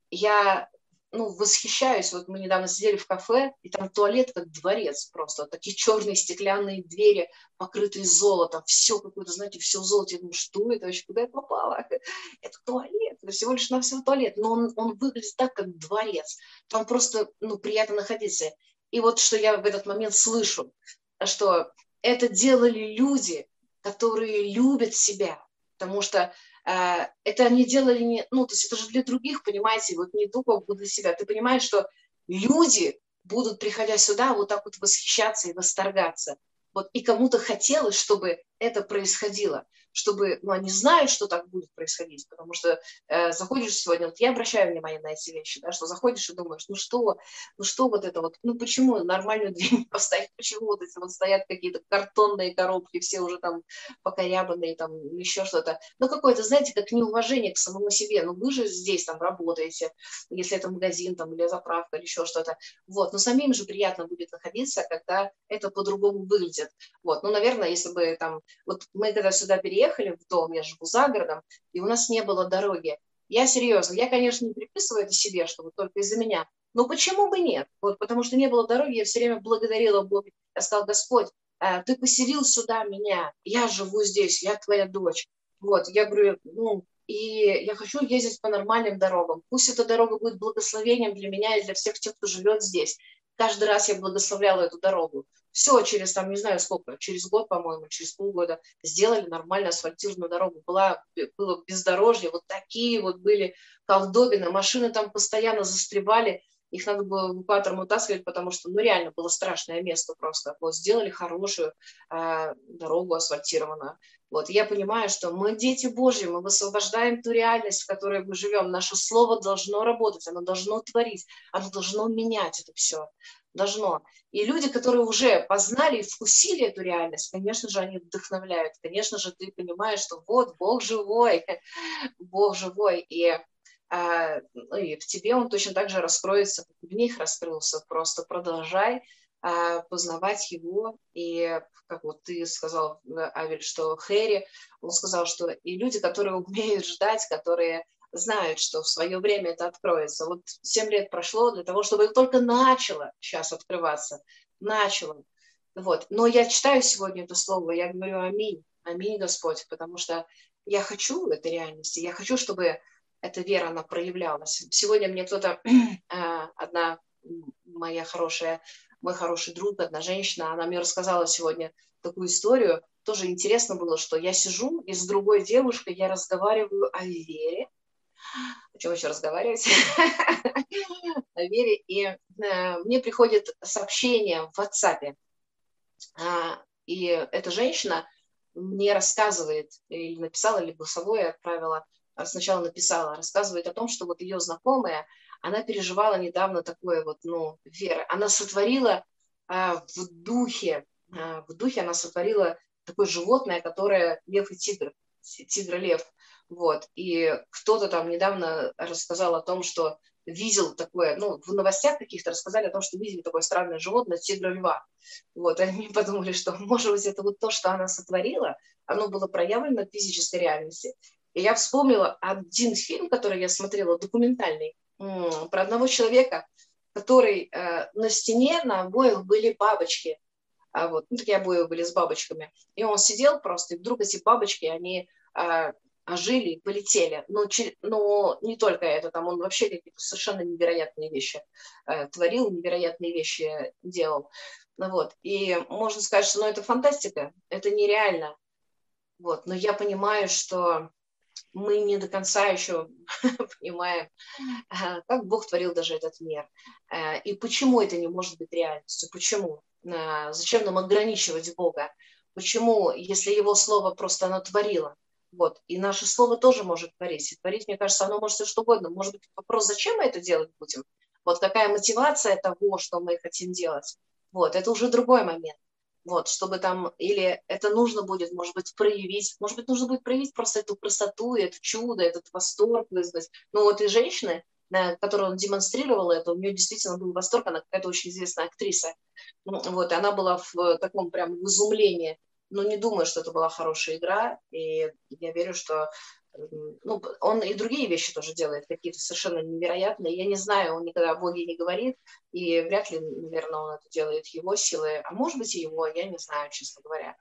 я, ну, восхищаюсь, вот мы недавно сидели в кафе, и там туалет как дворец просто, такие черные стеклянные двери, покрытые золотом, все какое-то, знаете, все в золоте, я думаю, что это вообще, куда я попала? Это туалет, это всего лишь навсего туалет, но он, он выглядит так, как дворец, там просто, ну, приятно находиться. И вот что я в этот момент слышу, что это делали люди, которые любят себя, потому что Uh, это они делали, не, ну, то есть это же для других, понимаете, вот не только для себя. Ты понимаешь, что люди будут, приходя сюда, вот так вот восхищаться и восторгаться. Вот, и кому-то хотелось, чтобы это происходило, чтобы, ну, они знают, что так будет происходить, потому что э, заходишь сегодня, вот я обращаю внимание на эти вещи, да, что заходишь и думаешь, ну что, ну что вот это вот, ну почему нормальную дверь не поставить, почему вот эти вот стоят какие-то картонные коробки, все уже там покорябанные, там еще что-то, ну какое-то, знаете, как неуважение к самому себе, ну вы же здесь там работаете, если это магазин там или заправка или еще что-то, вот, но самим же приятно будет находиться, когда это по-другому выглядит. Вот, ну, наверное, если бы там, вот мы когда сюда переехали в дом, я живу за городом, и у нас не было дороги. Я серьезно, я, конечно, не приписываю это себе, что вот только из-за меня, но почему бы нет? Вот, потому что не было дороги, я все время благодарила Бога. Я сказала, Господь, ты поселил сюда меня, я живу здесь, я твоя дочь. Вот, я говорю, ну, и я хочу ездить по нормальным дорогам. Пусть эта дорога будет благословением для меня и для всех тех, кто живет здесь. Каждый раз я благословляла эту дорогу. Все, через, там, не знаю сколько, через год, по-моему, через полгода сделали нормально асфальтированную дорогу. Была, было бездорожье, вот такие вот были колдобины, машины там постоянно застревали, их надо было эвакуатором утаскивать, потому что, ну, реально было страшное место просто. Вот сделали хорошую э, дорогу асфальтированную. Вот, и я понимаю, что мы дети Божьи, мы высвобождаем ту реальность, в которой мы живем. Наше слово должно работать, оно должно творить, оно должно менять это все. Должно. И люди, которые уже познали и вкусили эту реальность, конечно же, они вдохновляют. Конечно же, ты понимаешь, что вот Бог живой, Бог живой. И, а, ну, и в тебе он точно так же раскроется, как в них раскрылся. Просто продолжай а, познавать его. И как вот ты сказал, Авель, что Хэри, он сказал, что и люди, которые умеют ждать, которые знают, что в свое время это откроется. Вот семь лет прошло для того, чтобы это только начало сейчас открываться. Начало. Вот. Но я читаю сегодня это слово, я говорю аминь, аминь, Господь, потому что я хочу этой реальности, я хочу, чтобы эта вера, она проявлялась. Сегодня мне кто-то, одна моя хорошая, мой хороший друг, одна женщина, она мне рассказала сегодня такую историю. Тоже интересно было, что я сижу, и с другой девушкой я разговариваю о вере. О чем еще разговаривать? О вере. И э, мне приходит сообщение в WhatsApp. А, и эта женщина мне рассказывает, или написала, или голосовое отправила, сначала написала, рассказывает о том, что вот ее знакомая, она переживала недавно такое вот, ну, вера. Она сотворила а, в духе, а, в духе она сотворила такое животное, которое лев и тигр, тигр-лев. Вот. И кто-то там недавно рассказал о том, что видел такое, ну, в новостях каких-то рассказали о том, что видели такое странное животное, тигра-льва. Вот. И они подумали, что, может быть, это вот то, что она сотворила, оно было проявлено в физической реальности. И я вспомнила один фильм, который я смотрела, документальный, про одного человека, который э, на стене, на обоях были бабочки. А вот, ну, такие обои были с бабочками. И он сидел просто, и вдруг эти бабочки, они... Э, ожили и полетели. Но, но не только это, там он вообще какие-то совершенно невероятные вещи э, творил, невероятные вещи делал. Ну, вот. И можно сказать, что ну, это фантастика, это нереально. Вот. Но я понимаю, что мы не до конца еще понимаем, э, как Бог творил даже этот мир. Э, и почему это не может быть реальностью? Почему? Э, зачем нам ограничивать Бога? Почему, если Его Слово просто оно творило? Вот. И наше слово тоже может творить. И творить, мне кажется, оно может все что угодно. Может быть, вопрос, зачем мы это делать будем? Вот какая мотивация того, что мы хотим делать? Вот. Это уже другой момент. Вот, чтобы там, или это нужно будет, может быть, проявить, может быть, нужно будет проявить просто эту красоту, это чудо, этот восторг вызвать. Ну вот и женщины, которую он демонстрировал это, у нее действительно был восторг, она какая-то очень известная актриса. Вот, и она была в таком прям в изумлении. Но не думаю, что это была хорошая игра, и я верю, что ну, он и другие вещи тоже делает, какие-то совершенно невероятные. Я не знаю, он никогда о Боге не говорит, и вряд ли, наверное, он это делает его силой, а может быть и его, я не знаю, честно говоря.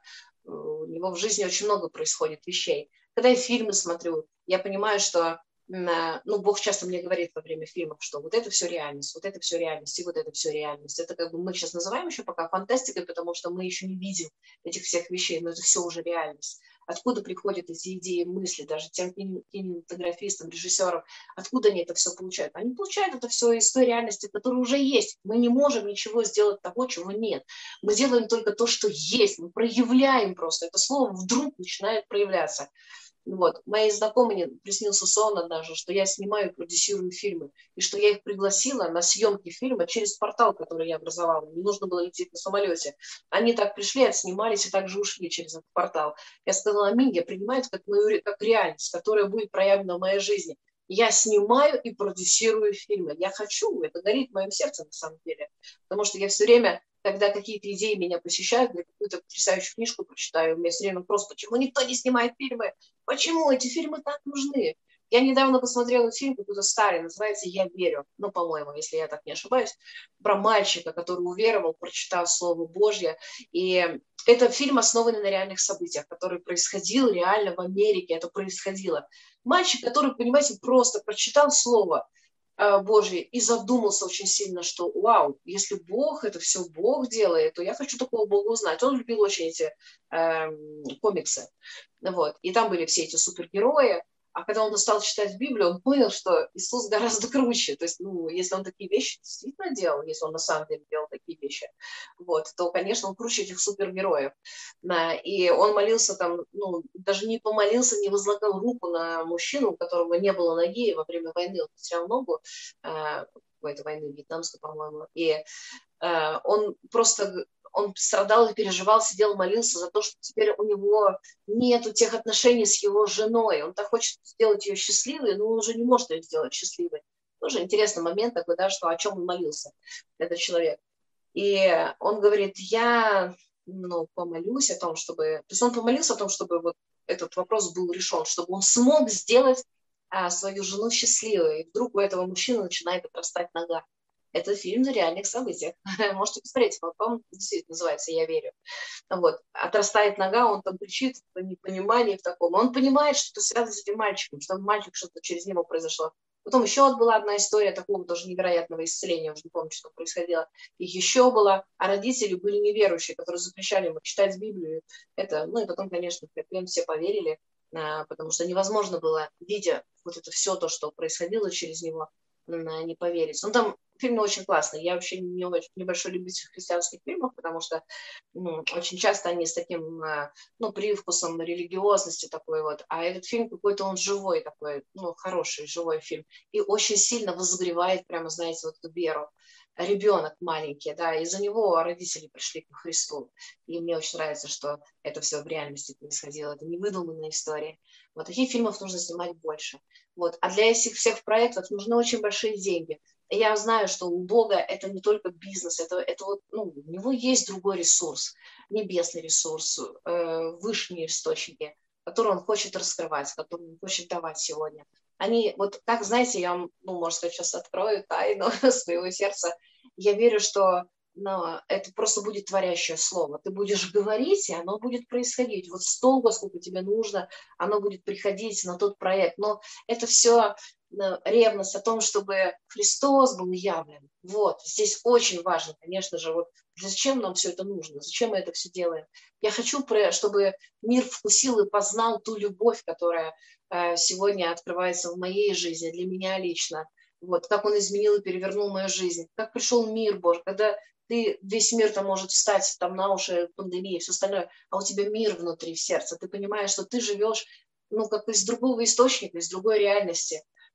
У него в жизни очень много происходит вещей. Когда я фильмы смотрю, я понимаю, что ну, Бог часто мне говорит во время фильмов, что вот это все реальность, вот это все реальность, и вот это все реальность. Это как бы мы сейчас называем еще пока фантастикой, потому что мы еще не видим этих всех вещей, но это все уже реальность. Откуда приходят эти идеи, мысли, даже тем кинематографистам, режиссерам, откуда они это все получают? Они получают это все из той реальности, которая уже есть. Мы не можем ничего сделать того, чего нет. Мы делаем только то, что есть, мы проявляем просто. Это слово вдруг начинает проявляться. Вот. Моей знакомой приснился сон однажды, что я снимаю и продюсирую фильмы, и что я их пригласила на съемки фильма через портал, который я образовала. Не нужно было лететь на самолете. Они так пришли, отснимались и также ушли через этот портал. Я сказала: аминь, я принимаю это как, мою, как реальность, которая будет проявлена в моей жизни. Я снимаю и продюсирую фильмы. Я хочу, это горит в моем сердце на самом деле. Потому что я все время, когда какие-то идеи меня посещают, я какую-то потрясающую книжку прочитаю, у меня все время вопрос, почему никто не снимает фильмы? Почему эти фильмы так нужны? Я недавно посмотрела фильм какой-то старый, называется «Я верю», ну, по-моему, если я так не ошибаюсь, про мальчика, который уверовал, прочитав Слово Божье. И это фильм, основанный на реальных событиях, который происходил реально в Америке, это происходило. Мальчик, который, понимаете, просто прочитал Слово Божье и задумался очень сильно, что вау, если Бог, это все Бог делает, то я хочу такого Бога узнать. Он любил очень эти э, комиксы. Вот. И там были все эти супергерои. А когда он стал читать Библию, он понял, что Иисус гораздо круче. То есть, ну, если он такие вещи действительно делал, если он на самом деле делал такие вещи, вот, то, конечно, он круче этих супергероев. И он молился там, ну, даже не помолился, не возлагал руку на мужчину, у которого не было ноги во время войны, он потерял ногу, какой-то войны вьетнамской, по-моему. И он просто... Он страдал и переживал, сидел, молился за то, что теперь у него нету тех отношений с его женой. Он так хочет сделать ее счастливой, но он уже не может ее сделать счастливой. Тоже интересный момент такой, да, что о чем он молился, этот человек. И он говорит, я ну, помолюсь о том, чтобы... То есть он помолился о том, чтобы вот этот вопрос был решен, чтобы он смог сделать а, свою жену счастливой. И вдруг у этого мужчины начинает отрастать нога. Это фильм на реальных событиях. Можете посмотреть, он действительно называется «Я верю». Вот. Отрастает нога, он там кричит в непонимании в таком. Он понимает, что это связано с этим мальчиком, что мальчик, что-то через него произошло. Потом еще была одна история такого тоже невероятного исцеления, уже не помню, что происходило. И еще была, а родители были неверующие, которые запрещали ему читать Библию. Это, ну и потом, конечно, все поверили, потому что невозможно было, видя вот это все то, что происходило через него, не поверить. Ну, там фильм очень классный. Я вообще не очень небольшой любитель христианских фильмов, потому что ну, очень часто они с таким ну, привкусом религиозности такой вот. А этот фильм какой-то он живой такой, ну, хороший, живой фильм. И очень сильно возгревает прямо, знаете, вот эту веру. Ребенок маленький, да, из-за него родители пришли к Христу. И мне очень нравится, что это все в реальности происходило. Это не выдуманная история. Вот таких фильмов нужно снимать больше. Вот. А для этих всех проектов нужны очень большие деньги. И я знаю, что у Бога это не только бизнес, это, это вот, ну, у него есть другой ресурс, небесный ресурс, э, высшие источники, которые он хочет раскрывать, которые он хочет давать сегодня. Они, вот как, знаете, я вам, ну, можно сказать, сейчас открою тайну своего сердца. Я верю, что ну, это просто будет творящее слово. Ты будешь говорить, и оно будет происходить. Вот столько, сколько тебе нужно, оно будет приходить на тот проект. Но это все ну, ревность о том, чтобы Христос был явлен. Вот, здесь очень важно, конечно же, вот зачем нам все это нужно, зачем мы это все делаем. Я хочу, чтобы мир вкусил и познал ту любовь, которая сегодня открывается в моей жизни, для меня лично. Вот, как он изменил и перевернул мою жизнь, как пришел мир Божий, когда ты, весь мир там может встать там на уши, пандемии, все остальное, а у тебя мир внутри в сердце, ты понимаешь, что ты живешь, ну, как из другого источника, из другой реальности.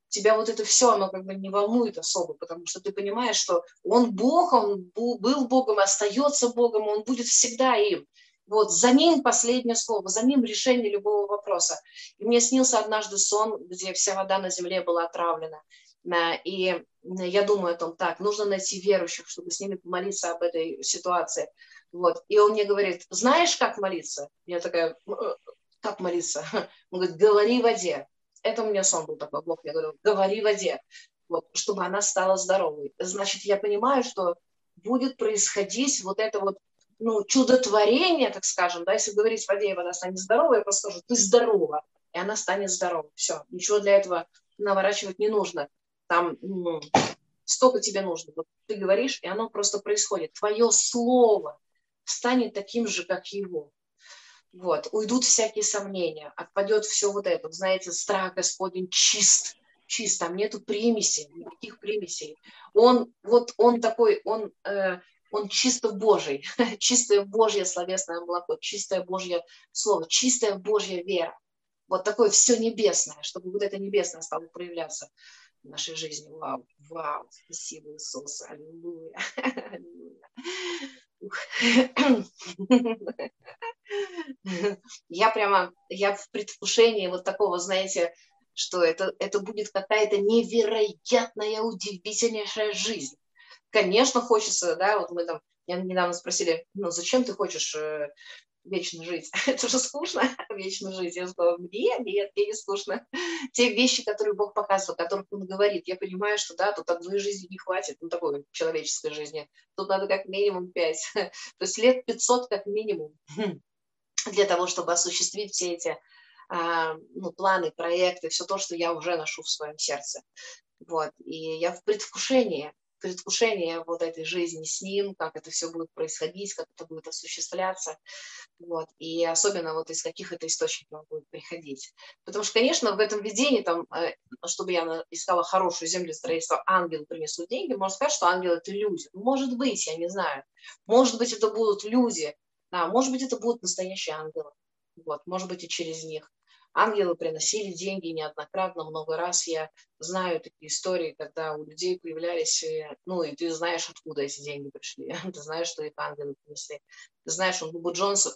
тебя вот это все, оно как бы не волнует особо, потому что ты понимаешь, что он Бог, он был Богом, остается Богом, он будет всегда им. Вот за ним последнее слово, за ним решение любого вопроса. И мне снился однажды сон, где вся вода на земле была отравлена. И я думаю о том, так, нужно найти верующих, чтобы с ними помолиться об этой ситуации. Вот. И он мне говорит, знаешь, как молиться? Я такая, как молиться? Он говорит, говори воде. Это у меня сон был такой, Бог, я говорю, говори воде, вот, чтобы она стала здоровой. Значит, я понимаю, что будет происходить вот это вот, ну, чудотворение, так скажем, да, если говорить воде, и вода станет здоровой, я просто скажу, ты здорова, и она станет здоровой. Все, ничего для этого наворачивать не нужно. Там ну, столько тебе нужно. Вот ты говоришь, и оно просто происходит. Твое слово станет таким же, как его. Вот, уйдут всякие сомнения, отпадет все вот это. Знаете, страх Господень чист, чист, там нету примесей, никаких примесей. Он, вот он такой, он, э, он чисто Божий, чистое Божье словесное молоко, чистое Божье слово, чистая Божья вера. Вот такое все небесное, чтобы вот это небесное стало проявляться в нашей жизни. Вау, вау, спасибо, Иисус, аллилуйя, аллилуйя. Я прямо, я в предвкушении вот такого, знаете, что это, это будет какая-то невероятная, удивительнейшая жизнь. Конечно, хочется, да, вот мы там, меня недавно спросили, ну, зачем ты хочешь э, вечно жить? Это же скучно, вечно жить. Я сказала, нет, нет, мне не скучно. Те вещи, которые Бог показывает, о которых Он говорит, я понимаю, что да, тут одной жизни не хватит, ну, такой человеческой жизни. Тут надо как минимум пять. То есть лет пятьсот как минимум для того, чтобы осуществить все эти а, ну, планы, проекты, все то, что я уже ношу в своем сердце. Вот. И я в предвкушении, предвкушении вот этой жизни с Ним, как это все будет происходить, как это будет осуществляться. Вот. И особенно вот из каких это источников будет приходить. Потому что, конечно, в этом видении, там, чтобы я искала хорошую землю строительства, ангелы принесут деньги, можно сказать, что ангелы – это люди. Может быть, я не знаю. Может быть, это будут люди. А, может быть, это будут настоящие ангелы. Вот. Может быть, и через них. Ангелы приносили деньги неоднократно, много раз. Я знаю такие истории, когда у людей появлялись, ну, и ты знаешь, откуда эти деньги пришли. Ты знаешь, что их ангелы принесли. Ты знаешь, он Бобу Джонсу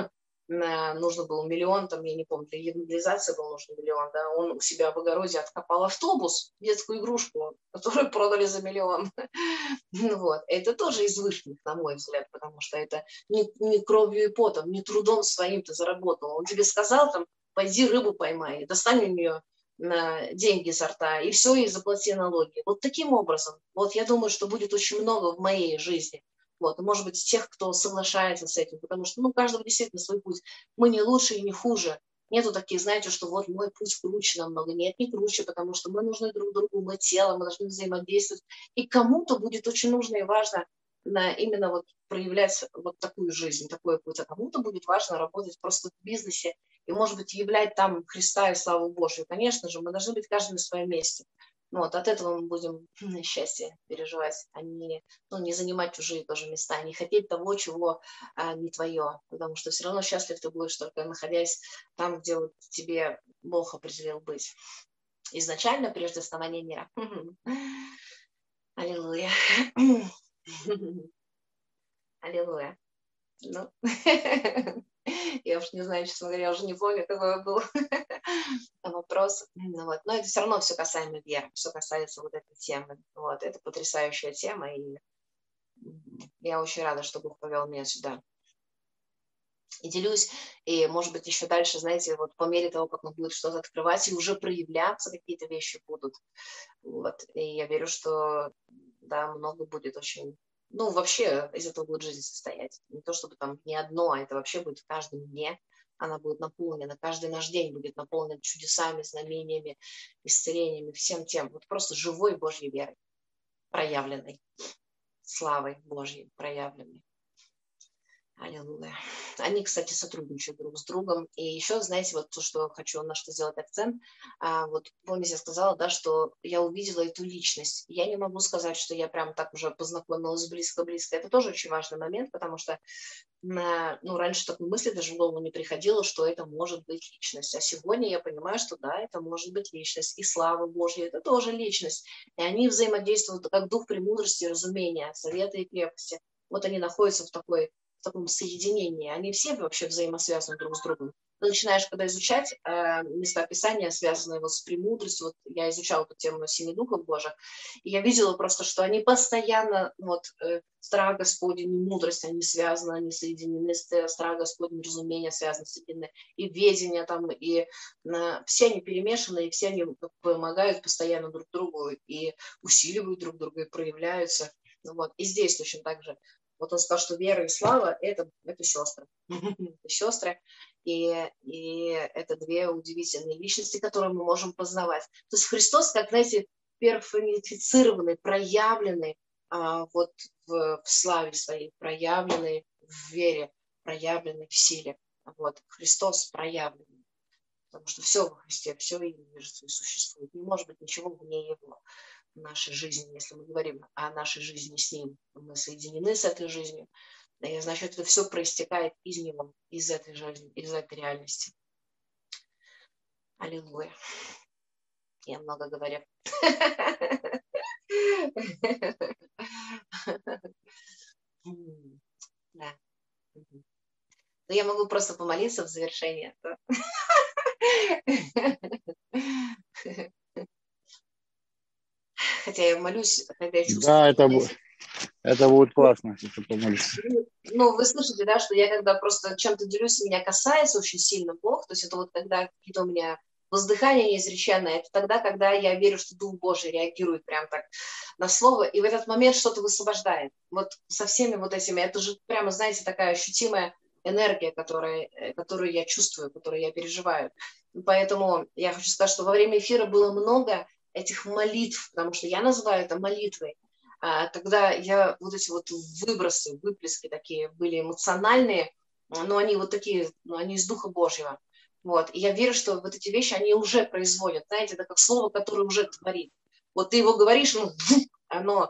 нужно был миллион, там, я не помню, для евангелизации был нужен миллион, да, он у себя в огороде откопал автобус, детскую игрушку, которую продали за миллион. Вот. Это тоже из вышних, на мой взгляд, потому что это не, не кровью и потом, не трудом своим ты заработал. Он тебе сказал, там, пойди рыбу поймай, достань у нее на деньги изо рта, и все, и заплати налоги. Вот таким образом. Вот я думаю, что будет очень много в моей жизни. Вот, может быть, тех, кто соглашается с этим, потому что, ну, у каждого действительно свой путь. Мы не лучше и не хуже. Нету таких, знаете, что вот мой путь круче намного. Нет, не круче, потому что мы нужны друг другу, мы тело, мы должны взаимодействовать. И кому-то будет очень нужно и важно на именно вот проявлять вот такую жизнь, такой путь, а кому-то будет важно работать просто в бизнесе и, может быть, являть там Христа и славу Божию. Конечно же, мы должны быть каждый на своем месте. Ну, вот от этого мы будем счастье переживать, а не, ну, не занимать чужие тоже места, не хотеть того, чего а, не твое, потому что все равно счастлив ты будешь только находясь там, где вот тебе Бог определил быть. Изначально, прежде основания мира. Аллилуйя. Аллилуйя. Ну, я уж не знаю, честно говоря, я уже не помню, какой был вопрос. Вот. Но это все равно все касаемо веры, все касается вот этой темы. Вот. Это потрясающая тема, и я очень рада, что Бог повел меня сюда. И делюсь, и, может быть, еще дальше, знаете, вот по мере того, как он будет что-то открывать, и уже проявляться какие-то вещи будут. Вот. И я верю, что, да, много будет очень... Ну, вообще из этого будет жизнь состоять. Не то, чтобы там не одно, а это вообще будет в каждом дне. Она будет наполнена. Каждый наш день будет наполнен чудесами, знамениями, исцелениями, всем тем. Вот просто живой Божьей верой, проявленной. Славой Божьей проявленной. Аллилуйя. Они, кстати, сотрудничают друг с другом. И еще, знаете, вот то, что хочу на что сделать акцент. А, вот помните, я сказала, да, что я увидела эту личность. Я не могу сказать, что я прям так уже познакомилась близко-близко. Это тоже очень важный момент, потому что на, ну, раньше такой мысли даже в голову не приходило, что это может быть личность. А сегодня я понимаю, что да, это может быть личность. И слава Божья, это тоже личность. И они взаимодействуют как дух премудрости, разумения, совета и крепости. Вот они находятся в такой в таком соединении, они все вообще взаимосвязаны друг с другом. Ты начинаешь, когда изучать э, места Писания, связанные вот с премудростью, вот я изучала эту тему семи духов Божьих, и я видела просто, что они постоянно, вот, э, страх Господень и мудрость, они связаны, они соединены, страх Господень, разумение связаны, соединены, и ведение там, и э, все они перемешаны, и все они помогают постоянно друг другу, и усиливают друг друга, и проявляются. Вот. И здесь точно так же. Вот он сказал, что вера и слава это, – это сестры. Это сестры. И, и это две удивительные личности, которые мы можем познавать. То есть Христос, как, знаете, персонифицированный, проявленный а, вот в, в славе своей, проявленный в вере, проявленный в силе. Вот. Христос проявленный. Потому что все во Христе, все и движется и существует. Не может быть ничего вне Его. В нашей жизни, если мы говорим о нашей жизни с Ним, мы соединены с этой жизнью, и, значит, это все проистекает из Него, из этой жизни, из этой реальности. Аллилуйя. Я много говорю. Да. Но я могу просто помолиться в завершение. Хотя я молюсь, когда я чувствую. Да, это, это будет классно, если ты помолишься. Ну, вы слышите, да, что я когда просто чем-то делюсь, меня касается очень сильно Бог, то есть это вот когда какие-то у меня воздыхания неизреченные, это тогда, когда я верю, что Дух Божий реагирует прям так на слово, и в этот момент что-то высвобождает. Вот со всеми вот этими, это же прямо, знаете, такая ощутимая энергия, которая, которую я чувствую, которую я переживаю. И поэтому я хочу сказать, что во время эфира было много этих молитв, потому что я называю это молитвой. Когда я вот эти вот выбросы, выплески такие были эмоциональные, но они вот такие, ну, они из Духа Божьего. Вот. И я верю, что вот эти вещи, они уже производят. Знаете, это как слово, которое уже творит. Вот ты его говоришь, ну, оно...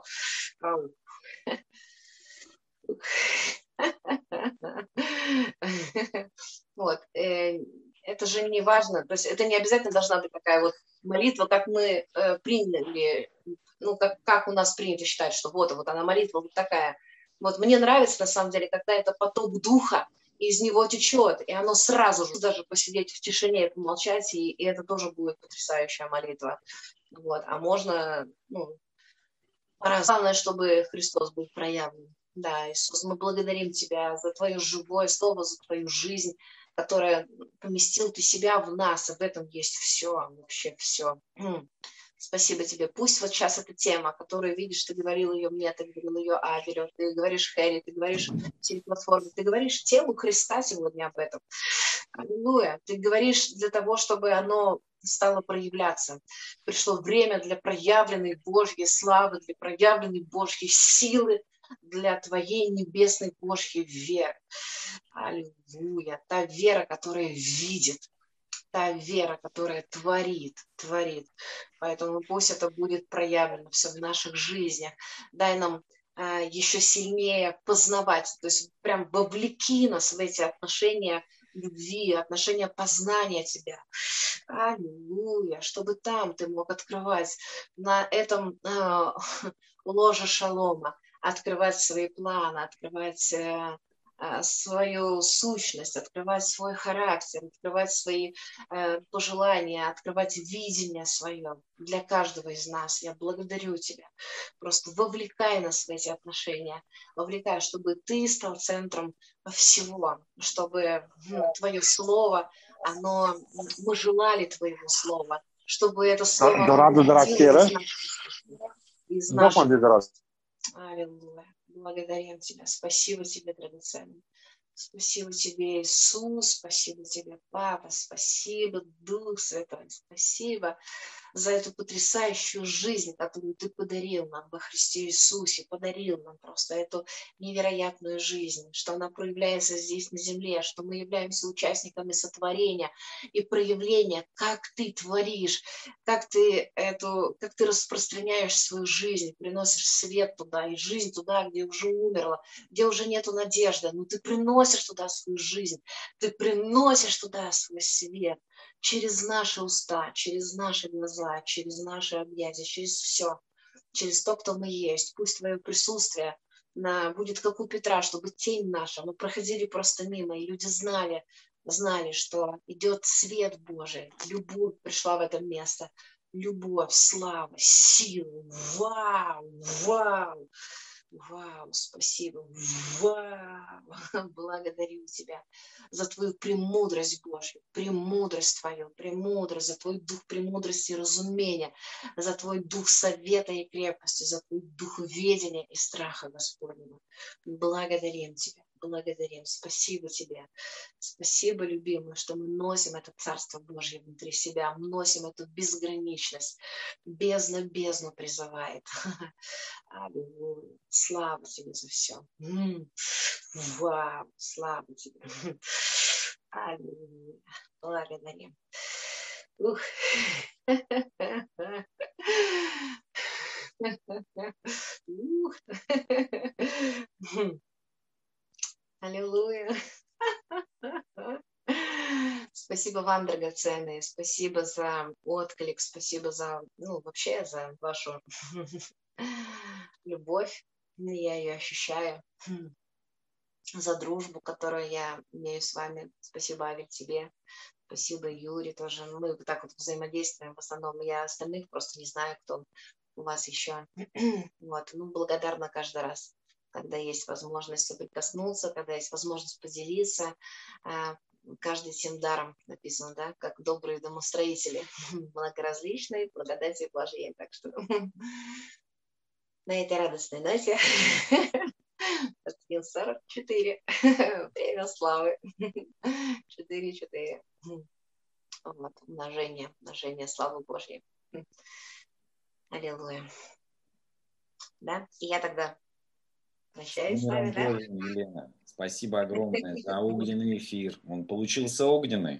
Вот. Это же не важно. То есть это не обязательно должна быть такая вот молитва, как мы э, приняли, ну, как, как у нас принято считать, что вот, вот она молитва вот такая. Вот мне нравится, на самом деле, когда это поток духа, из него течет, и оно сразу же, даже посидеть в тишине, помолчать, и, и это тоже будет потрясающая молитва. Вот. А можно, ну, главное, чтобы Христос был проявлен. Да, Иисус, мы благодарим Тебя за Твое живое слово, за Твою жизнь, которая поместил Ты себя в нас, и в этом есть все, вообще все. Спасибо тебе. Пусть вот сейчас эта тема, которую, видишь, ты говорил ее мне, ты говорил ее Авелю, ты говоришь Хэри, ты говоришь всей платформе, ты говоришь телу Христа сегодня об этом. Аллилуйя. Ты говоришь для того, чтобы оно стало проявляться. Пришло время для проявленной Божьей славы, для проявленной Божьей силы, для твоей небесной Божьей веры. Аллилуйя. Та вера, которая видит, та вера, которая творит, творит. Поэтому пусть это будет проявлено все в наших жизнях. Дай нам а, еще сильнее познавать, то есть прям вовлеки нас в эти отношения любви, отношения познания Тебя. Аллилуйя. Чтобы там Ты мог открывать на этом э, ложе шалома, открывать свои планы, открывать э, свою сущность, открывать свой характер, открывать свои э, пожелания, открывать видение свое для каждого из нас. Я благодарю Тебя. Просто вовлекай нас в эти отношения, вовлекай, чтобы Ты стал центром всего, чтобы ну, Твое Слово, оно, мы желали Твоего Слова, чтобы это Слово из наших... Аллилуйя. Благодарим Тебя. Спасибо Тебе, драгоценный. Спасибо Тебе, Иисус. Спасибо Тебе, Папа. Спасибо, Дух Святой. Спасибо. за эту потрясающую жизнь, которую Ты подарил нам во Христе Иисусе, подарил нам просто эту невероятную жизнь, что она проявляется здесь на земле, что мы являемся участниками сотворения и проявления, как Ты творишь, как Ты, эту, как ты распространяешь свою жизнь, приносишь свет туда и жизнь туда, где уже умерла, где уже нету надежды, но Ты приносишь туда свою жизнь, Ты приносишь туда свой свет через наши уста, через наши глаза, через наши объятия, через все, через то, кто мы есть. Пусть Твое присутствие на, будет как у Петра, чтобы тень наша, мы проходили просто мимо, и люди знали, знали, что идет свет Божий, любовь пришла в это место, любовь, слава, сила, вау, вау. Вау, спасибо, вау, благодарю Тебя за Твою премудрость, Божью, премудрость Твою, премудрость, за Твой дух премудрости и разумения, за Твой дух совета и крепкости, за Твой дух ведения и страха Господнего. Благодарим Тебя, благодарим, спасибо Тебе, спасибо, любимый, что мы носим это Царство Божье внутри себя, носим эту безграничность, бездна бездну призывает. Аллилуйя. Слава Тебе за все. М-м. Вау, слава Тебе. Аллилуйя. Благодарим. Ух. Ух. Аллилуйя. Спасибо вам, драгоценные, спасибо за отклик, спасибо за, ну, вообще за вашу любовь, я ее ощущаю, за дружбу, которую я имею с вами. Спасибо, Авель, тебе, спасибо, Юрий тоже. Мы вот так вот взаимодействуем в основном, я остальных просто не знаю, кто у вас еще. Вот, ну, благодарна каждый раз, когда есть возможность соприкоснуться, когда есть возможность поделиться. Каждый тем даром написано, да, как добрые домостроители, многоразличные, благодати и блажения. Так что на этой радостной ноте сорок четыре, время славы, четыре четыре. Вот, умножение, умножение славы Божьей. Аллилуйя. Да, и я тогда прощаюсь с вами, да? Елена, спасибо огромное за огненный эфир. Он получился огненный.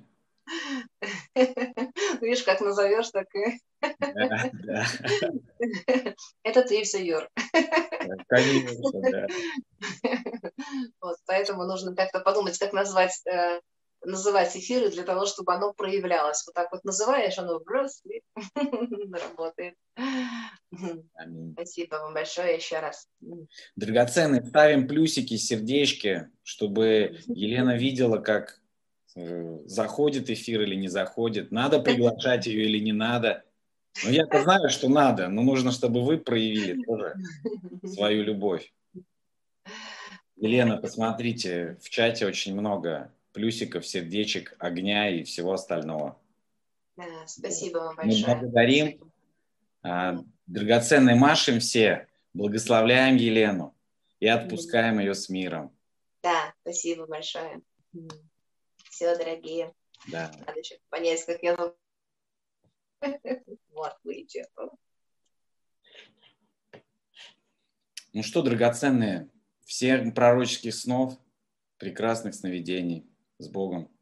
Видишь, как назовешь, так и... Да, да. Это ты все, Юр. Конечно, да. Вот, поэтому нужно как-то подумать, как назвать, э, называть эфиры для того, чтобы оно проявлялось. Вот так вот называешь, оно раз и работает. Аминь. Спасибо вам большое еще раз. Драгоценные, ставим плюсики, сердечки, чтобы Елена видела, как э, заходит эфир или не заходит. Надо приглашать ее или не надо. Ну, я-то знаю, что надо, но нужно, чтобы вы проявили тоже свою любовь. Елена, посмотрите, в чате очень много плюсиков, сердечек, огня и всего остального. Да, спасибо вам Мы большое. благодарим, а, драгоценные машем все, благословляем Елену и отпускаем ее с миром. Да, спасибо большое. Все, дорогие. Да. Надо еще понять, как я... Вот, выйти. Ну что, драгоценные, всех пророческих снов, прекрасных сновидений. С Богом.